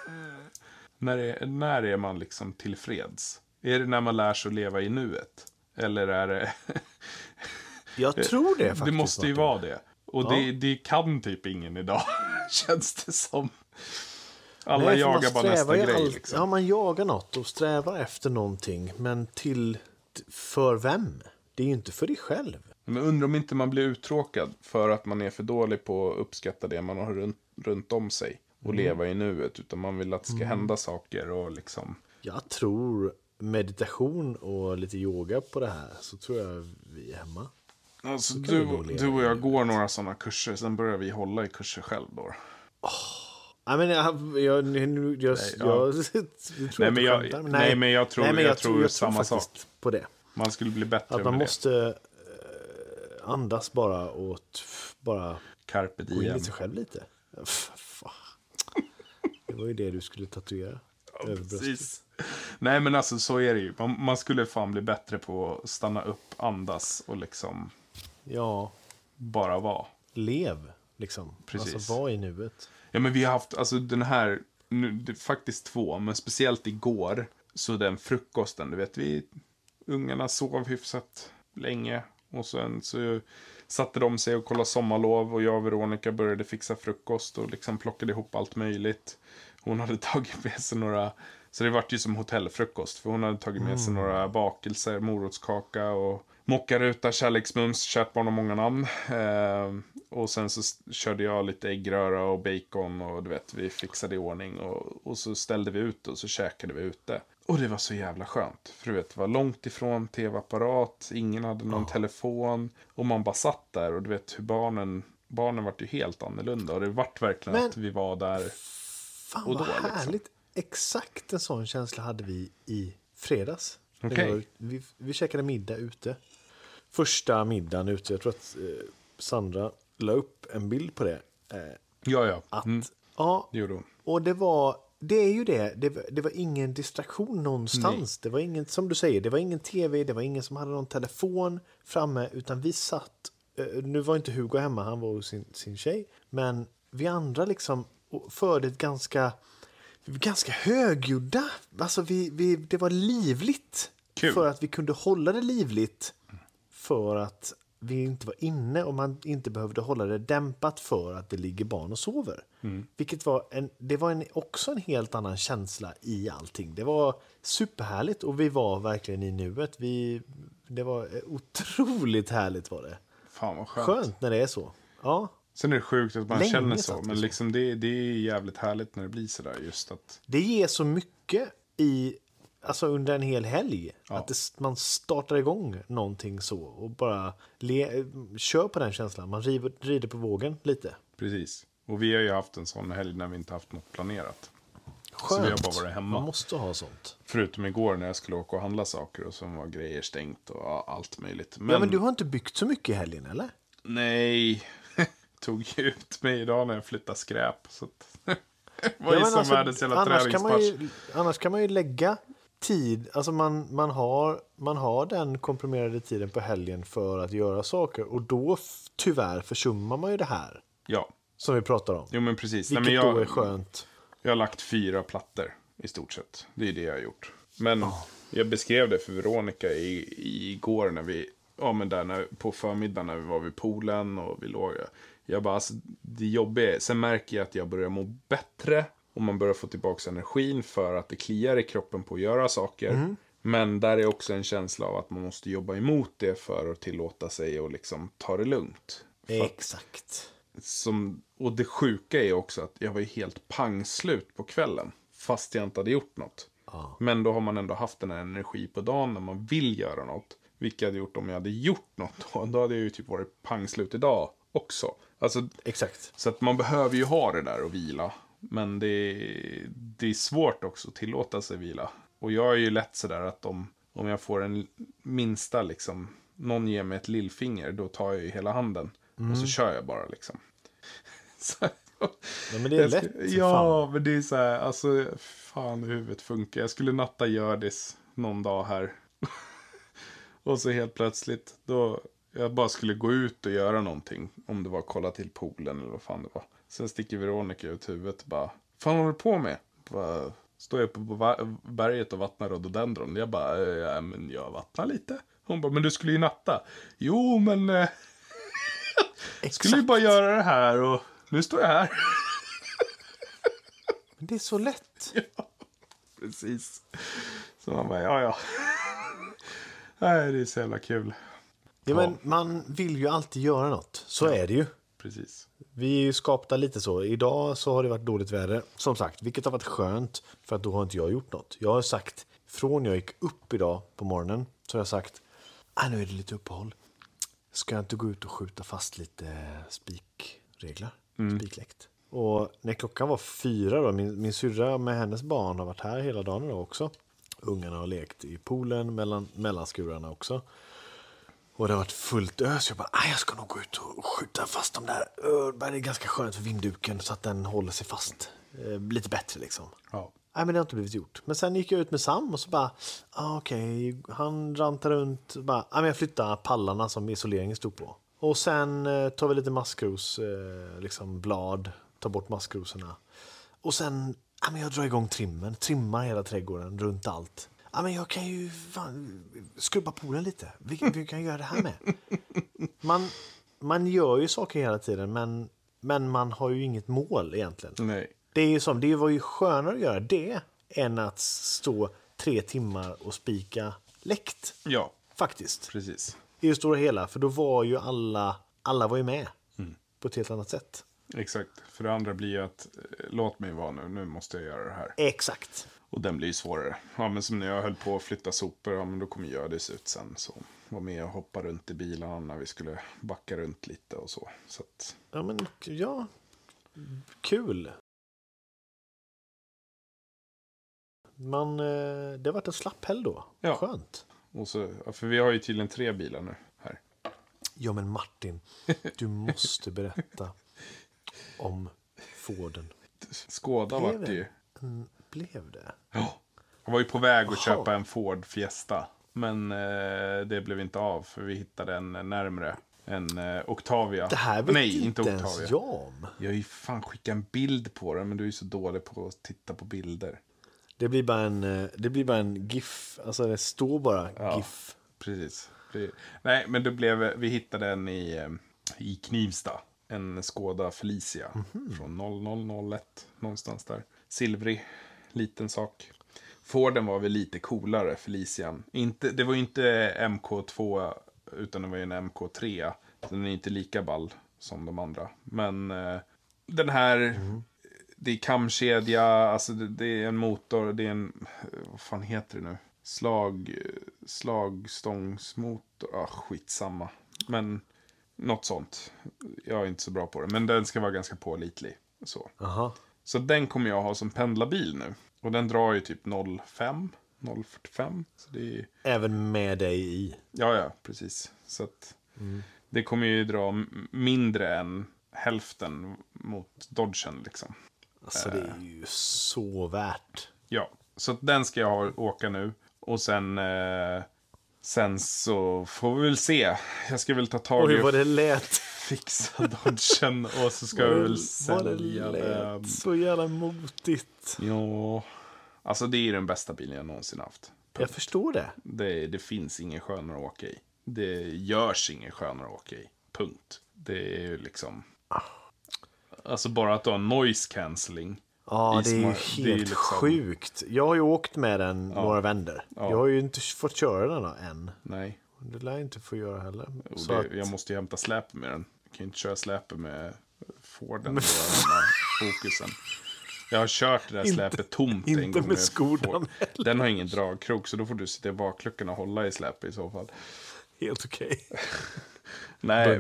när, är, när är man liksom tillfreds? Är det när man lär sig att leva i nuet? Eller är det... Jag tror det faktiskt. Det måste ju Martin. vara det. Och Ja. det, det kan typ ingen idag. Känns det som. Alla Nej, för man jagar bara nästa strävar ju grej. all- Liksom. Ja, man jagar något och strävar efter någonting. Men till... För vem? Det är ju inte för dig själv. Men undrar om inte man blir uttråkad för att man är för dålig på att uppskatta det man har runt, runt om sig. Och Mm. leva i nuet. Utan man vill att det ska hända saker och liksom... Jag tror meditation och lite yoga på det här, så tror jag vi är hemma. Alltså, kan du, vi nog leva du och jag i går några sådana kurser. Sen börjar vi hålla i kurser själv då. Ja, men jag, jag, nu- jag, Nej, jag, ja. jag, tror Nej, att men du jag, skämtar, men nej, men jag tror, nej, men jag tror, jag samma tror faktiskt sak. på det. Man skulle bli bättre Att man med måste eh, andas bara och t- bara det. Carpe gå in diem. i sig själv lite. F- fan. Det var ju det du skulle tatuera. Ja, över bröstet. precis. Nej, men alltså så är det ju. Man, man skulle fan bli bättre på att stanna upp, andas och liksom Ja, bara vara. lev liksom. Precis. Alltså var i nuet. Ja, men vi har haft, alltså den här, nu, det är faktiskt två, men speciellt igår, så den frukosten, du vet, vi, ungarna sov hyfsat länge, och sen så satte de sig och kollade sommarlov, och jag och Veronica började fixa frukost och liksom plockade ihop allt möjligt. Hon hade tagit med sig några, så det vart ju som hotellfrukost, för hon hade tagit med sig Mm. några bakelser, morotskaka och mockaruta, kärleksmums, kärt barn och många namn. Eh, och sen så s- körde jag lite äggröra och bacon och du vet, vi fixade i ordning. Och, och så ställde vi ut och så käkade vi ute. Och det var så jävla skönt. För du vet, det var långt ifrån tv-apparat, ingen hade någon Ja. telefon. Och man bara satt där och du vet hur barnen, barnen vart ju helt annorlunda. Och det vart verkligen Men- att vi var där. Fan Och vad då, liksom. härligt. Exakt en sån känsla hade vi i fredags. Okej. Det var- Vi, vi käkade middag ute. Första middagen ute. Jag tror att eh, Sandra la upp en bild på det. Eh, Ja, ja. att, Mm, ja, det gjorde hon. och det var, det är ju det, det, var- det var ingen distraktion någonstans. Det var ingen, som du säger, det var ingen tv, det var ingen som hade någon telefon framme, utan vi satt, eh, nu var inte Hugo hemma, han var hos sin, sin tjej, men vi andra liksom och förde ett ganska, ganska högljudda, alltså vi, vi, det var livligt. Kul. För att vi kunde hålla det livligt, för att vi inte var inne och man inte behövde hålla det dämpat för att det ligger barn och sover. Mm. Vilket var, en, det var en, också en helt annan känsla i allting. Det var superhärligt och vi var verkligen i nuet. Vi, det var otroligt härligt var det. Fan vad skönt. Skönt när det är så. Ja, Sen är det sjukt att man Länge känner satt så. vi Men så. liksom det, det är jävligt härligt när det blir sådär just att... det ger så mycket i, alltså under en hel helg. Ja. Att det, man startar igång någonting så och bara le, kör på den känslan. Man river, rider på vågen lite. Precis. Och vi har ju haft en sån helg när vi inte haft något planerat. Så vi har bara varit hemma. Man måste ha sånt. Förutom igår när jag skulle åka och handla saker och så var grejer stängt och ja, allt möjligt. Men, Ja, men du har inte byggt så mycket i helgen, eller? nej, tog ju ut mig idag när jag flyttade skräp. Så att... det var Ja, ju men som alltså, världens jävla annars, kan man träningspass. ju, annars kan man ju lägga tid, alltså man, man, har, man har den komprimerade tiden på helgen för att göra saker och då f- tyvärr försummar man ju det här Ja, som vi pratar om. jo men precis. Nej, Vilket men jag, då är skönt. Jag har lagt fyra plattor i stort sett. Det är det jag har gjort. Men jag beskrev det för Veronica i, i, igår när vi, ja men där när, på förmiddagen när vi var vid poolen och vi låg. Jag bara, alltså, det jobbiga är, sen märker jag att jag börjar må bättre och man börjar få tillbaka energin för att det kliar i kroppen på att göra saker. Mm. Men där är också en känsla av att man måste jobba emot det för att tillåta sig och liksom ta det lugnt. För att, Exakt. som, och det sjuka är också att jag var ju helt pangslut på kvällen. Fast jag inte hade gjort något. Ja. Men då har man ändå haft den här energi på dagen när man vill göra något. Vilket jag hade gjort om jag hade gjort något då. Då hade jag ju typ varit pangslut idag också. Alltså, Exakt. så att man behöver ju ha det där och vila. Men det är, det är svårt också att tillåta sig vila. Och jag är ju lätt sådär att om, om jag får en minsta liksom, någon ger mig ett lillfinger, då tar jag ju hela handen. Och så kör jag bara liksom. Så, Ja, men det är jag lätt. ska- Ja, men det är så här, alltså, fan hur huvudet funkar. Jag skulle natta Gördis någon dag här. Och så helt plötsligt, då jag bara skulle gå ut och göra någonting. Om det var kolla till poolen eller vad fan det var. Sen sticker Veronica ut huvudet och bara, fan håller du på med? Bara, står jag på va- berget och vattnar rhododendron. Jag bara, ja men jag vattnar lite. Hon bara, men du skulle ju natta. Jo, men eh, skulle ju bara göra det här och nu står jag här. Men det är så lätt. Precis. Så man bara, ja ja. Nej, det är så jävla kul. Ja, men man vill ju alltid göra något. Så är det ju. Precis. Vi är ju skapta lite så. Idag så har det varit dåligt väder. Som sagt, vilket har varit skönt. För att då har inte jag gjort något. Jag har sagt, från jag gick upp idag på morgonen. Så har jag sagt, ah, nu är det lite uppehåll. Ska jag inte gå ut och skjuta fast lite spikreglar? Mm. Spikläkt. Och när klockan var fyra då, min, min syrra med hennes barn har varit här hela dagen då också. Ungarna har lekt i poolen mellan mellanskurarna också. Och det har varit fullt ös. Jag bara, jag ska nog gå ut och skjuta fast dem där. Det är ganska skönt för vindduken så att den håller sig fast. Eh, lite bättre liksom. Ja. Nej, men det har inte blivit gjort. Men sen gick jag ut med Sam och så bara, ah, okej, okay. Han rantade runt och bara, ah, men jag flyttar pallarna som isoleringen stod på. Och sen eh, tar vi lite maskros, eh, liksom blad, tar bort maskrosorna. Och sen, ah, men jag drar igång trimmen, trimmar hela trädgården runt allt. Ja, men jag kan ju fan, skrubba poolen lite. Vi, vi kan göra det här med. Man, man gör ju saker hela tiden, men, men man har ju inget mål egentligen. Nej. Det är ju som, det var ju skönare att göra det än att stå tre timmar och spika läkt. Ja. Faktiskt. Precis. I det stora hela, för då var ju alla, alla var ju med mm. på ett helt annat sätt. Exakt. För det andra blir ju att, låt mig vara nu, nu måste jag göra det här. Exakt. Och den blir ju svårare. Ja, men som när jag höll på att flytta sopor, ja, men då kommer jag det se ut sen. Så var med och hoppa runt i bilarna när vi skulle backa runt lite och så. så att... Ja, men ja, kul. Man, det har varit en slapp helg då. Ja. Skönt. Och så, för vi har ju tydligen tre bilar nu här. Ja, men Martin, du måste berätta om Forden. Skåda Blev vart det ju. Mm, blev det? Ja. Jag var ju på väg att Aha. köpa en Ford Fiesta. Men eh, det blev inte av för vi hittade en närmre. En eh, Octavia. Det här vet Nej, inte inte ens Octavia. jag om. Jag har ju fan skickat en bild på den, men du är ju så dålig på att titta på bilder. Det blir bara en, det blir bara en GIF. Alltså det står bara Ja, GIF. Precis. Nej, men det blev, vi hittade en i, i Knivsta. En Skoda Felicia. Mm-hmm. Från noll noll noll ett. Någonstans där. Silvrig. Liten sak. Forden var väl lite coolare, Felician. Inte, det var ju inte M K två, utan det var ju en M K tre. Den är inte lika ball som de andra. Men eh, den här... Mm. Det är kamkedja, alltså det, det är en motor, det är en, vad fan heter det nu? Slag, slagstångsmotor, ah, skitsamma. Men något sånt. Jag är inte så bra på det, men den ska vara ganska pålitlig. Så, Aha. så den kommer jag ha som pendlarbil nu. Och den drar ju typ noll fem, noll fyrtiofem. Så det är... Även med dig i. Ja, ja, precis. Så att mm. det kommer ju dra mindre än hälften mot Dodgen liksom. Alltså det är ju så värt. Ja, så den ska jag ha, åka nu. Och sen eh, sen så får vi väl se. Jag ska väl ta tag i Oj, vad det lät. Fixa Dodgen och så ska vi väl sälja den. Så jävla motigt. Ja, alltså det är den bästa bilen jag någonsin haft. Punkt. Jag förstår det. det. Det finns ingen skönare att åka i. Det görs ingen skönare att åka i. Punkt. Det är ju liksom... Ah. Alltså bara att du har noise cancelling. Ja, det är ju helt det är liksom... sjukt. Jag har ju åkt med den ja. några vändor. Ja. Jag har ju inte fått köra den då, än. Nej. Det lär jag inte få göra heller. Så det, att... Jag måste ju hämta släp med den. Jag kan ju inte köra släpet med Forden. Med fokusen. Jag har kört det där släpet inte, tomt en inte gång. Med Skodan. Den har ingen dragkrok, så då får du sitta i bakluckan och hålla i släpet i så fall. Helt okej. Okay. Nej.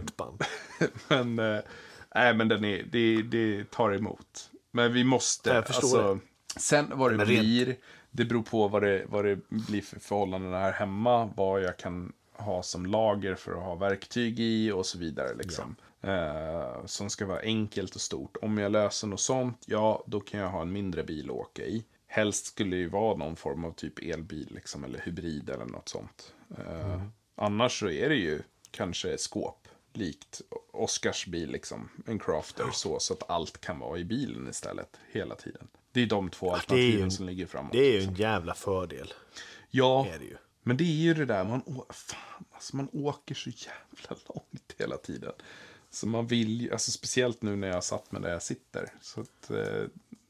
men... Äh, Nej, men den är, det, det tar emot. Men vi måste... Jag förstår alltså, det. Sen vad det men blir, rent... det beror på vad det, vad det blir för förhållanden här hemma. Vad jag kan ha som lager för att ha verktyg i och så vidare. Liksom. Ja. Eh, som ska vara enkelt och stort. Om jag löser något sånt, ja, då kan jag ha en mindre bil att åka i. Helst skulle det ju vara någon form av typ elbil liksom, eller hybrid eller något sånt. Eh, mm. Annars så är det ju kanske skåp. Likt Oscars bil liksom. En crafter så, så att allt kan vara i bilen istället. Hela tiden. Det är de två alternativen en, som ligger framåt. Det är ju liksom. En jävla fördel. Ja, är det ju. Men det är ju det där. Man, å- fan, alltså man åker så jävla långt hela tiden. Så man vill ju, alltså speciellt nu när jag satt med där jag sitter. Så att eh,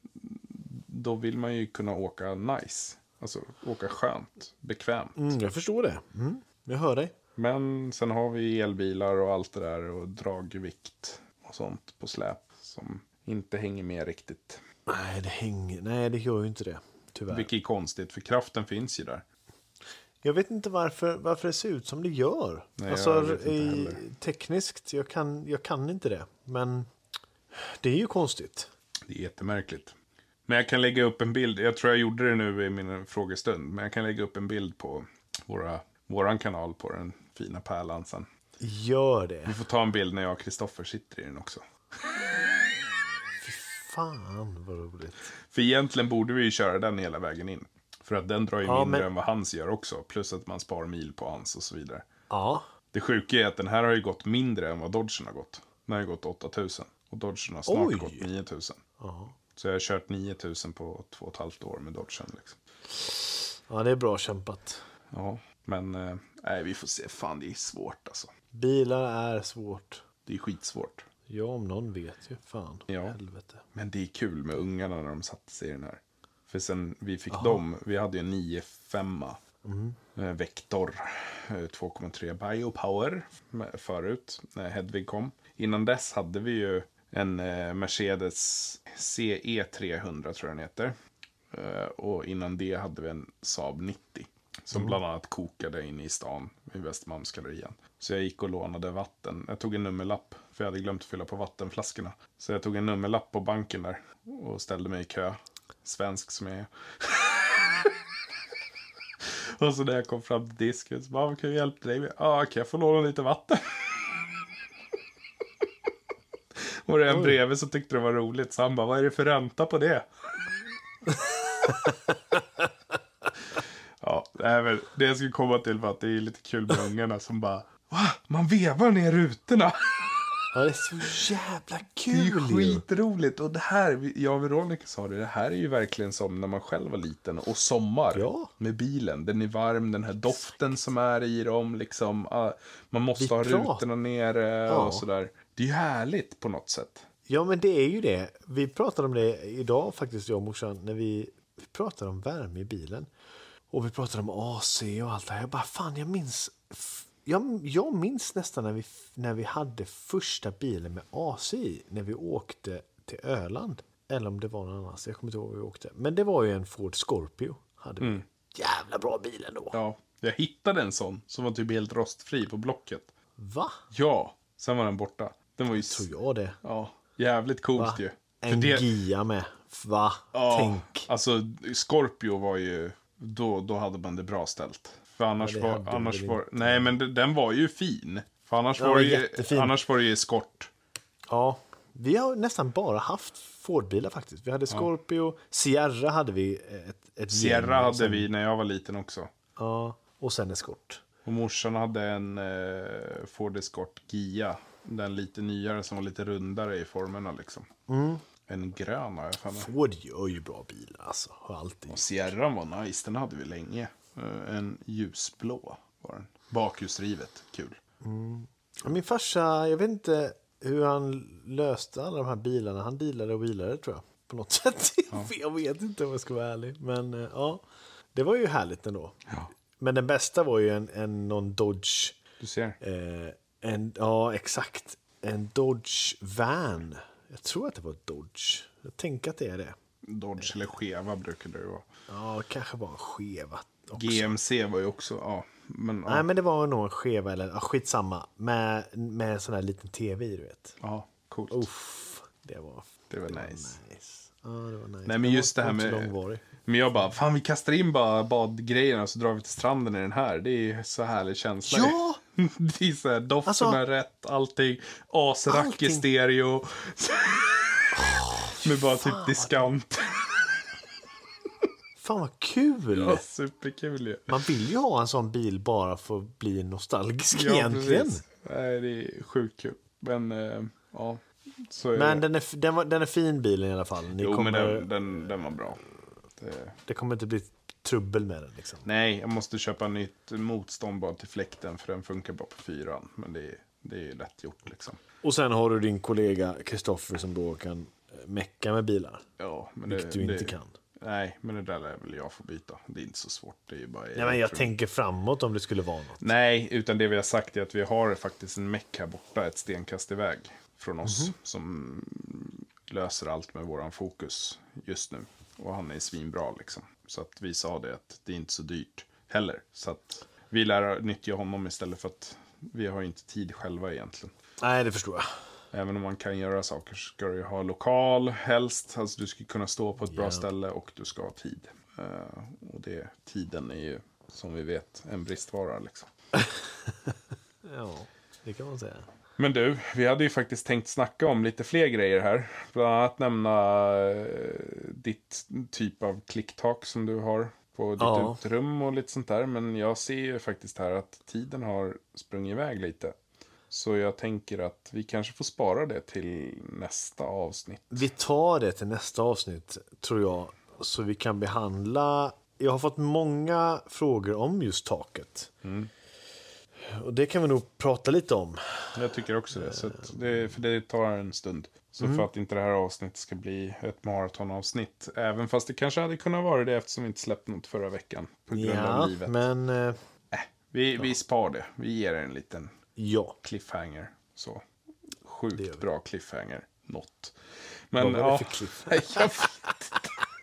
då vill man ju kunna åka nice. Alltså åka skönt, bekvämt. Mm, jag förstår det. Mm, jag hör dig. Men sen har vi elbilar och allt det där och dragvikt och sånt på släp som inte hänger med riktigt. Nej, det hänger, nej, det gör ju inte det, tyvärr. Vilket är konstigt, för kraften finns ju där. Jag vet inte varför, varför det ser ut som det gör. Nej, alltså, jag vet inte i, tekniskt, jag kan, jag kan inte det. Men det är ju konstigt. Det är jättemärkligt. Men jag kan lägga upp en bild. Jag tror jag gjorde det nu i min frågestund. Men jag kan lägga upp en bild på våra, våran kanal på den fina pärlan sen. Gör det. Vi får ta en bild när jag och Kristoffer sitter i den också. Fy fan vad roligt. För egentligen borde vi ju köra den hela vägen in. För att den drar ju Ja, mindre men... än vad hans gör också. Plus att man spar mil på hans och så vidare. Ja. Det sjuka är att den här har ju gått mindre än vad Dodgen har gått. Den har ju gått åtta tusen. Och Dodgen har snart Oj. gått nio tusen. Ja. Så jag har kört nio tusen på två och ett halvt år med Dodgen liksom. Ja, det är bra kämpat. Ja, men eh, nej, vi får se. Fan, det är svårt alltså. Bilar är svårt. Det är skitsvårt. Ja, om någon vet ju. Fan, Ja. helvete. Men det är kul med ungarna när de satte sig i den här. För sen vi fick Aha. dem, vi hade ju en nio fem Mm. eh, Vector eh, två komma tre Biopower med- förut när Hedvig kom. Innan dess hade vi ju en eh, Mercedes C E trehundra tror jag den heter. Eh, och innan det hade vi en Saab nittio. Som Mm. bland annat kokade in i stan i Västermalmsgallerian. Så jag gick och lånade vatten. Jag tog en nummerlapp. För jag hade glömt att fylla på vattenflaskorna. Så jag tog en nummerlapp på banken där. Och ställde mig i kö. Svensk som jag är. Och så när jag kom fram till disken. Så bara, vad kan jag hjälpa dig med? Ja, ah, kan jag få låna lite vatten? Och det är en bredvid som tyckte det var roligt. Så han bara, vad är det för ränta på det? Ja, det är väl det jag skulle komma till för att det är lite kul med ungarna som bara, va? Man vevar ner rutorna. Ja, det är så jävla Det är ju kul. skitroligt. Och det här, jag och Veronica sa det, det här är ju verkligen som när man själv var liten och sommar Ja. med bilen. Den är varm, den här doften som är i dem liksom. ah, Man måste Vi ha prat- rutorna nere Ja. och sådär. Det är ju härligt på något sätt. Ja, men det är ju det. Vi pratade om det idag faktiskt, jag och morsan, när vi, vi pratade om värme i bilen. Och vi pratade om A C och allt det här. Jag bara, fan, jag minns... Jag, jag minns nästan när vi, när vi hade första bilen med A C i. När vi åkte till Öland. Eller om det var någon annan. Jag kommer inte ihåg var vi åkte. Men det var ju en Ford Scorpio. Hade vi. Mm. Jävla bra bil ändå. Ja, jag hittade en sån som var typ helt rostfri på Blocket. Va? Ja, sen var den borta. Den var ju... Tror jag det. Ja, jävligt coolt Va? ju. För En det- Gia med. Va? Ja, Tänk. alltså Scorpio var ju, då, då hade man det bra ställt. För annars Ja, det var, hade du annars väl var, inte. nej men det, den var ju fin. För annars Den var var det ju, jättefin. annars var det ju eskort. Ja, vi har nästan bara haft Ford-bilar faktiskt. Vi hade Scorpio, Sierra hade vi ett, ett Sierra gäng hade som- vi när jag var liten också. Ja, och sen Escort. Och morsan hade en eh, Ford Escort Gia. Den lite nyare som var lite rundare i formerna liksom. Mm. En grön har jag för mig. Ford gör ju bra bilar alltså. Har alltid. Och Sierra var nice, den hade vi länge. Eh, en ljusblå var den. Bakhjulsdrivet, kul. Ja, min farsa, jag vet inte hur han löste alla de här bilarna. Han dealade och bilade tror jag. På något sätt. Jag vet inte om jag ska vara ärlig. Men eh, ja, det var ju härligt ändå. Ja. Men den bästa var ju en, en någon Dodge. Du ser. Eh, en, ja, exakt. En Dodge Van. Jag tror att det var Dodge. Jag tänker att det är det. Dodge eller skeva brukar det ju vara. Ja, kanske var en skeva också. G M C var ju också, ja. Men, ja. Nej, men det var nog en skeva eller ja, skitsamma. Med, med en sån här liten tv i, du vet. Ja, coolt. Uff, det var, Det var det var nice. nice. Ja, det var nice. Nej, men Den just var det här inte så med- långvarig. Men jag bara, fan vi kastar in bara badgrejerna så drar vi till stranden i den här. Det är så härlig känsla. Ja! Det är så här, doften Alltså- är rätt, allting. Asrack i Allting. stereo. Med bara typ diskant. Fan vad kul! Ja, superkul ju. Man vill ju ha en sån bil bara för att bli nostalgisk Ja, egentligen. precis. Nej, det är sjukt kul. Men, eh, ja. Så är Men det. den är, den, var, den är fin bilen i alla fall. Ni Jo, kommer, men den, den, den var bra. Det... det kommer inte bli trubbel med den liksom. Nej, jag måste köpa nytt motstånd bara till fläkten för den funkar bara på fyran. Men det är, det är ju lätt gjort liksom. Och sen har du din kollega Kristoffer som då kan eh, mecka med bilar. Ja, men det, Vilket du det, inte kan. Nej, men det där lär väl jag få byta. Det är inte så svårt. Det är ju bara Nej, men jag tänker framåt om det skulle vara något. Nej, utan det vi har sagt är att vi har faktiskt en meck här borta, ett stenkast iväg från oss. Mhm. Som löser allt med våran fokus just nu. Och han är svinbra liksom. Så att vi sa det att det är inte så dyrt heller. Så att vi lär nyttja honom istället för att vi har inte tid själva egentligen. Nej, det förstår jag. även om man kan göra saker så ska du ha lokal helst. Alltså du ska kunna stå på ett bra Ja. ställe och du ska ha tid. Uh, och det, tiden är ju, som vi vet, en bristvara liksom. Ja, det kan man säga. Men du, vi hade ju faktiskt tänkt snacka om lite fler grejer här. Bland annat nämna uh, ditt typ av klicktak som du har på ditt Ja. utrum och lite sånt där. Men jag ser ju faktiskt här att tiden har sprungit iväg lite. Så jag tänker att vi kanske får spara det till nästa avsnitt. Vi tar det till nästa avsnitt, tror jag. Så vi kan behandla... Jag har fått många frågor om just taket. Mm. Och det kan vi nog prata lite om. Jag tycker också det. Så att det för det tar en stund. Så Mm. för att inte det här avsnittet ska bli ett maratonavsnitt. Även fast det kanske hade kunnat vara det eftersom vi inte släppte något förra veckan. På grund Ja, av livet. men... eh, Vi, vi spar det. Vi ger en liten Ja. cliffhanger. Så. Det gör Sjukt vi. bra cliffhanger. Något. Vad Men var ja. det för cliff? Jag vet inte.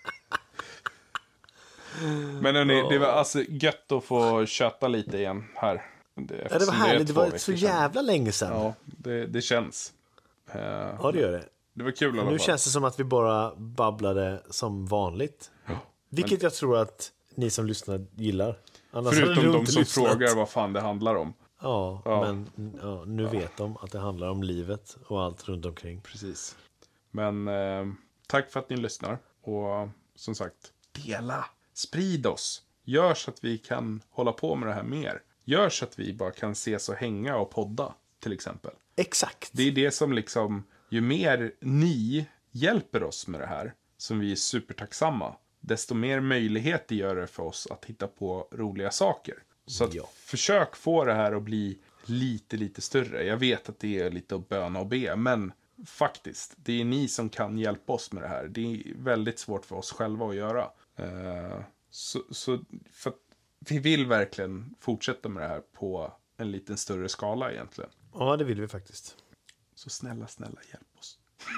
Men hörni, det var alltså gött att få köta lite igen här. Det, Ja, det var är härligt. Det två var veckor så sedan. jävla länge sedan. Ja, Ja, det, det känns. Uh, det gör det. det var kul i alla Nu fall. känns det som att vi bara babblade som vanligt. Vilket jag tror att ni som lyssnar gillar. Annars hade Förutom ni de inte som lyssnat. frågar vad fan det handlar om. Ja, Ja. men ja, nu vet de att det handlar om livet och allt runt omkring. Precis. Men eh, tack för att ni lyssnar. Och som sagt, dela. Sprid oss. Gör så att vi kan hålla på med det här mer. Gör så att vi bara kan ses och hänga och podda, till exempel. Exakt. Det är det som liksom, ju mer ni hjälper oss med det här, som vi är supertacksamma, desto mer möjlighet det gör det för oss att hitta på roliga saker. Så att Ja. försök få det här att bli lite, lite större. Jag vet att det är lite att böna och be, men faktiskt, det är ni som kan hjälpa oss med det här. Det är väldigt svårt för oss själva att göra. Uh, så, så för att vi vill verkligen fortsätta med det här på en liten större skala egentligen. Ja, det vill vi faktiskt. Så snälla, snälla, hjälp oss.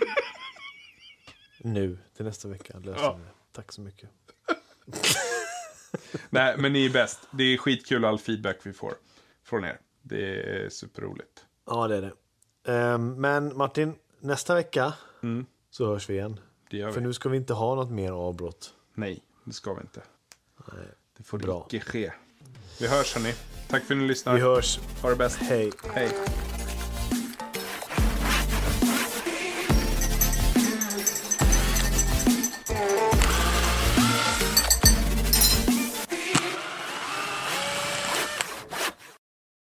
Nu, till nästa vecka löser Ja. vi det. Tack så mycket. Nej, men ni är bäst. Det är skitkul all feedback vi får från er. Det är superroligt. Ja, det är det. Ehm, men Martin, nästa vecka Mm, så hörs vi igen. det gör För vi. nu ska vi inte ha något mer avbrott. Nej, det ska vi inte. Nej. Det får Bra. icke ske. Vi hörs hörni. Tack för att ni lyssnar. Vi hörs. Ha det bäst. Hej. Hej.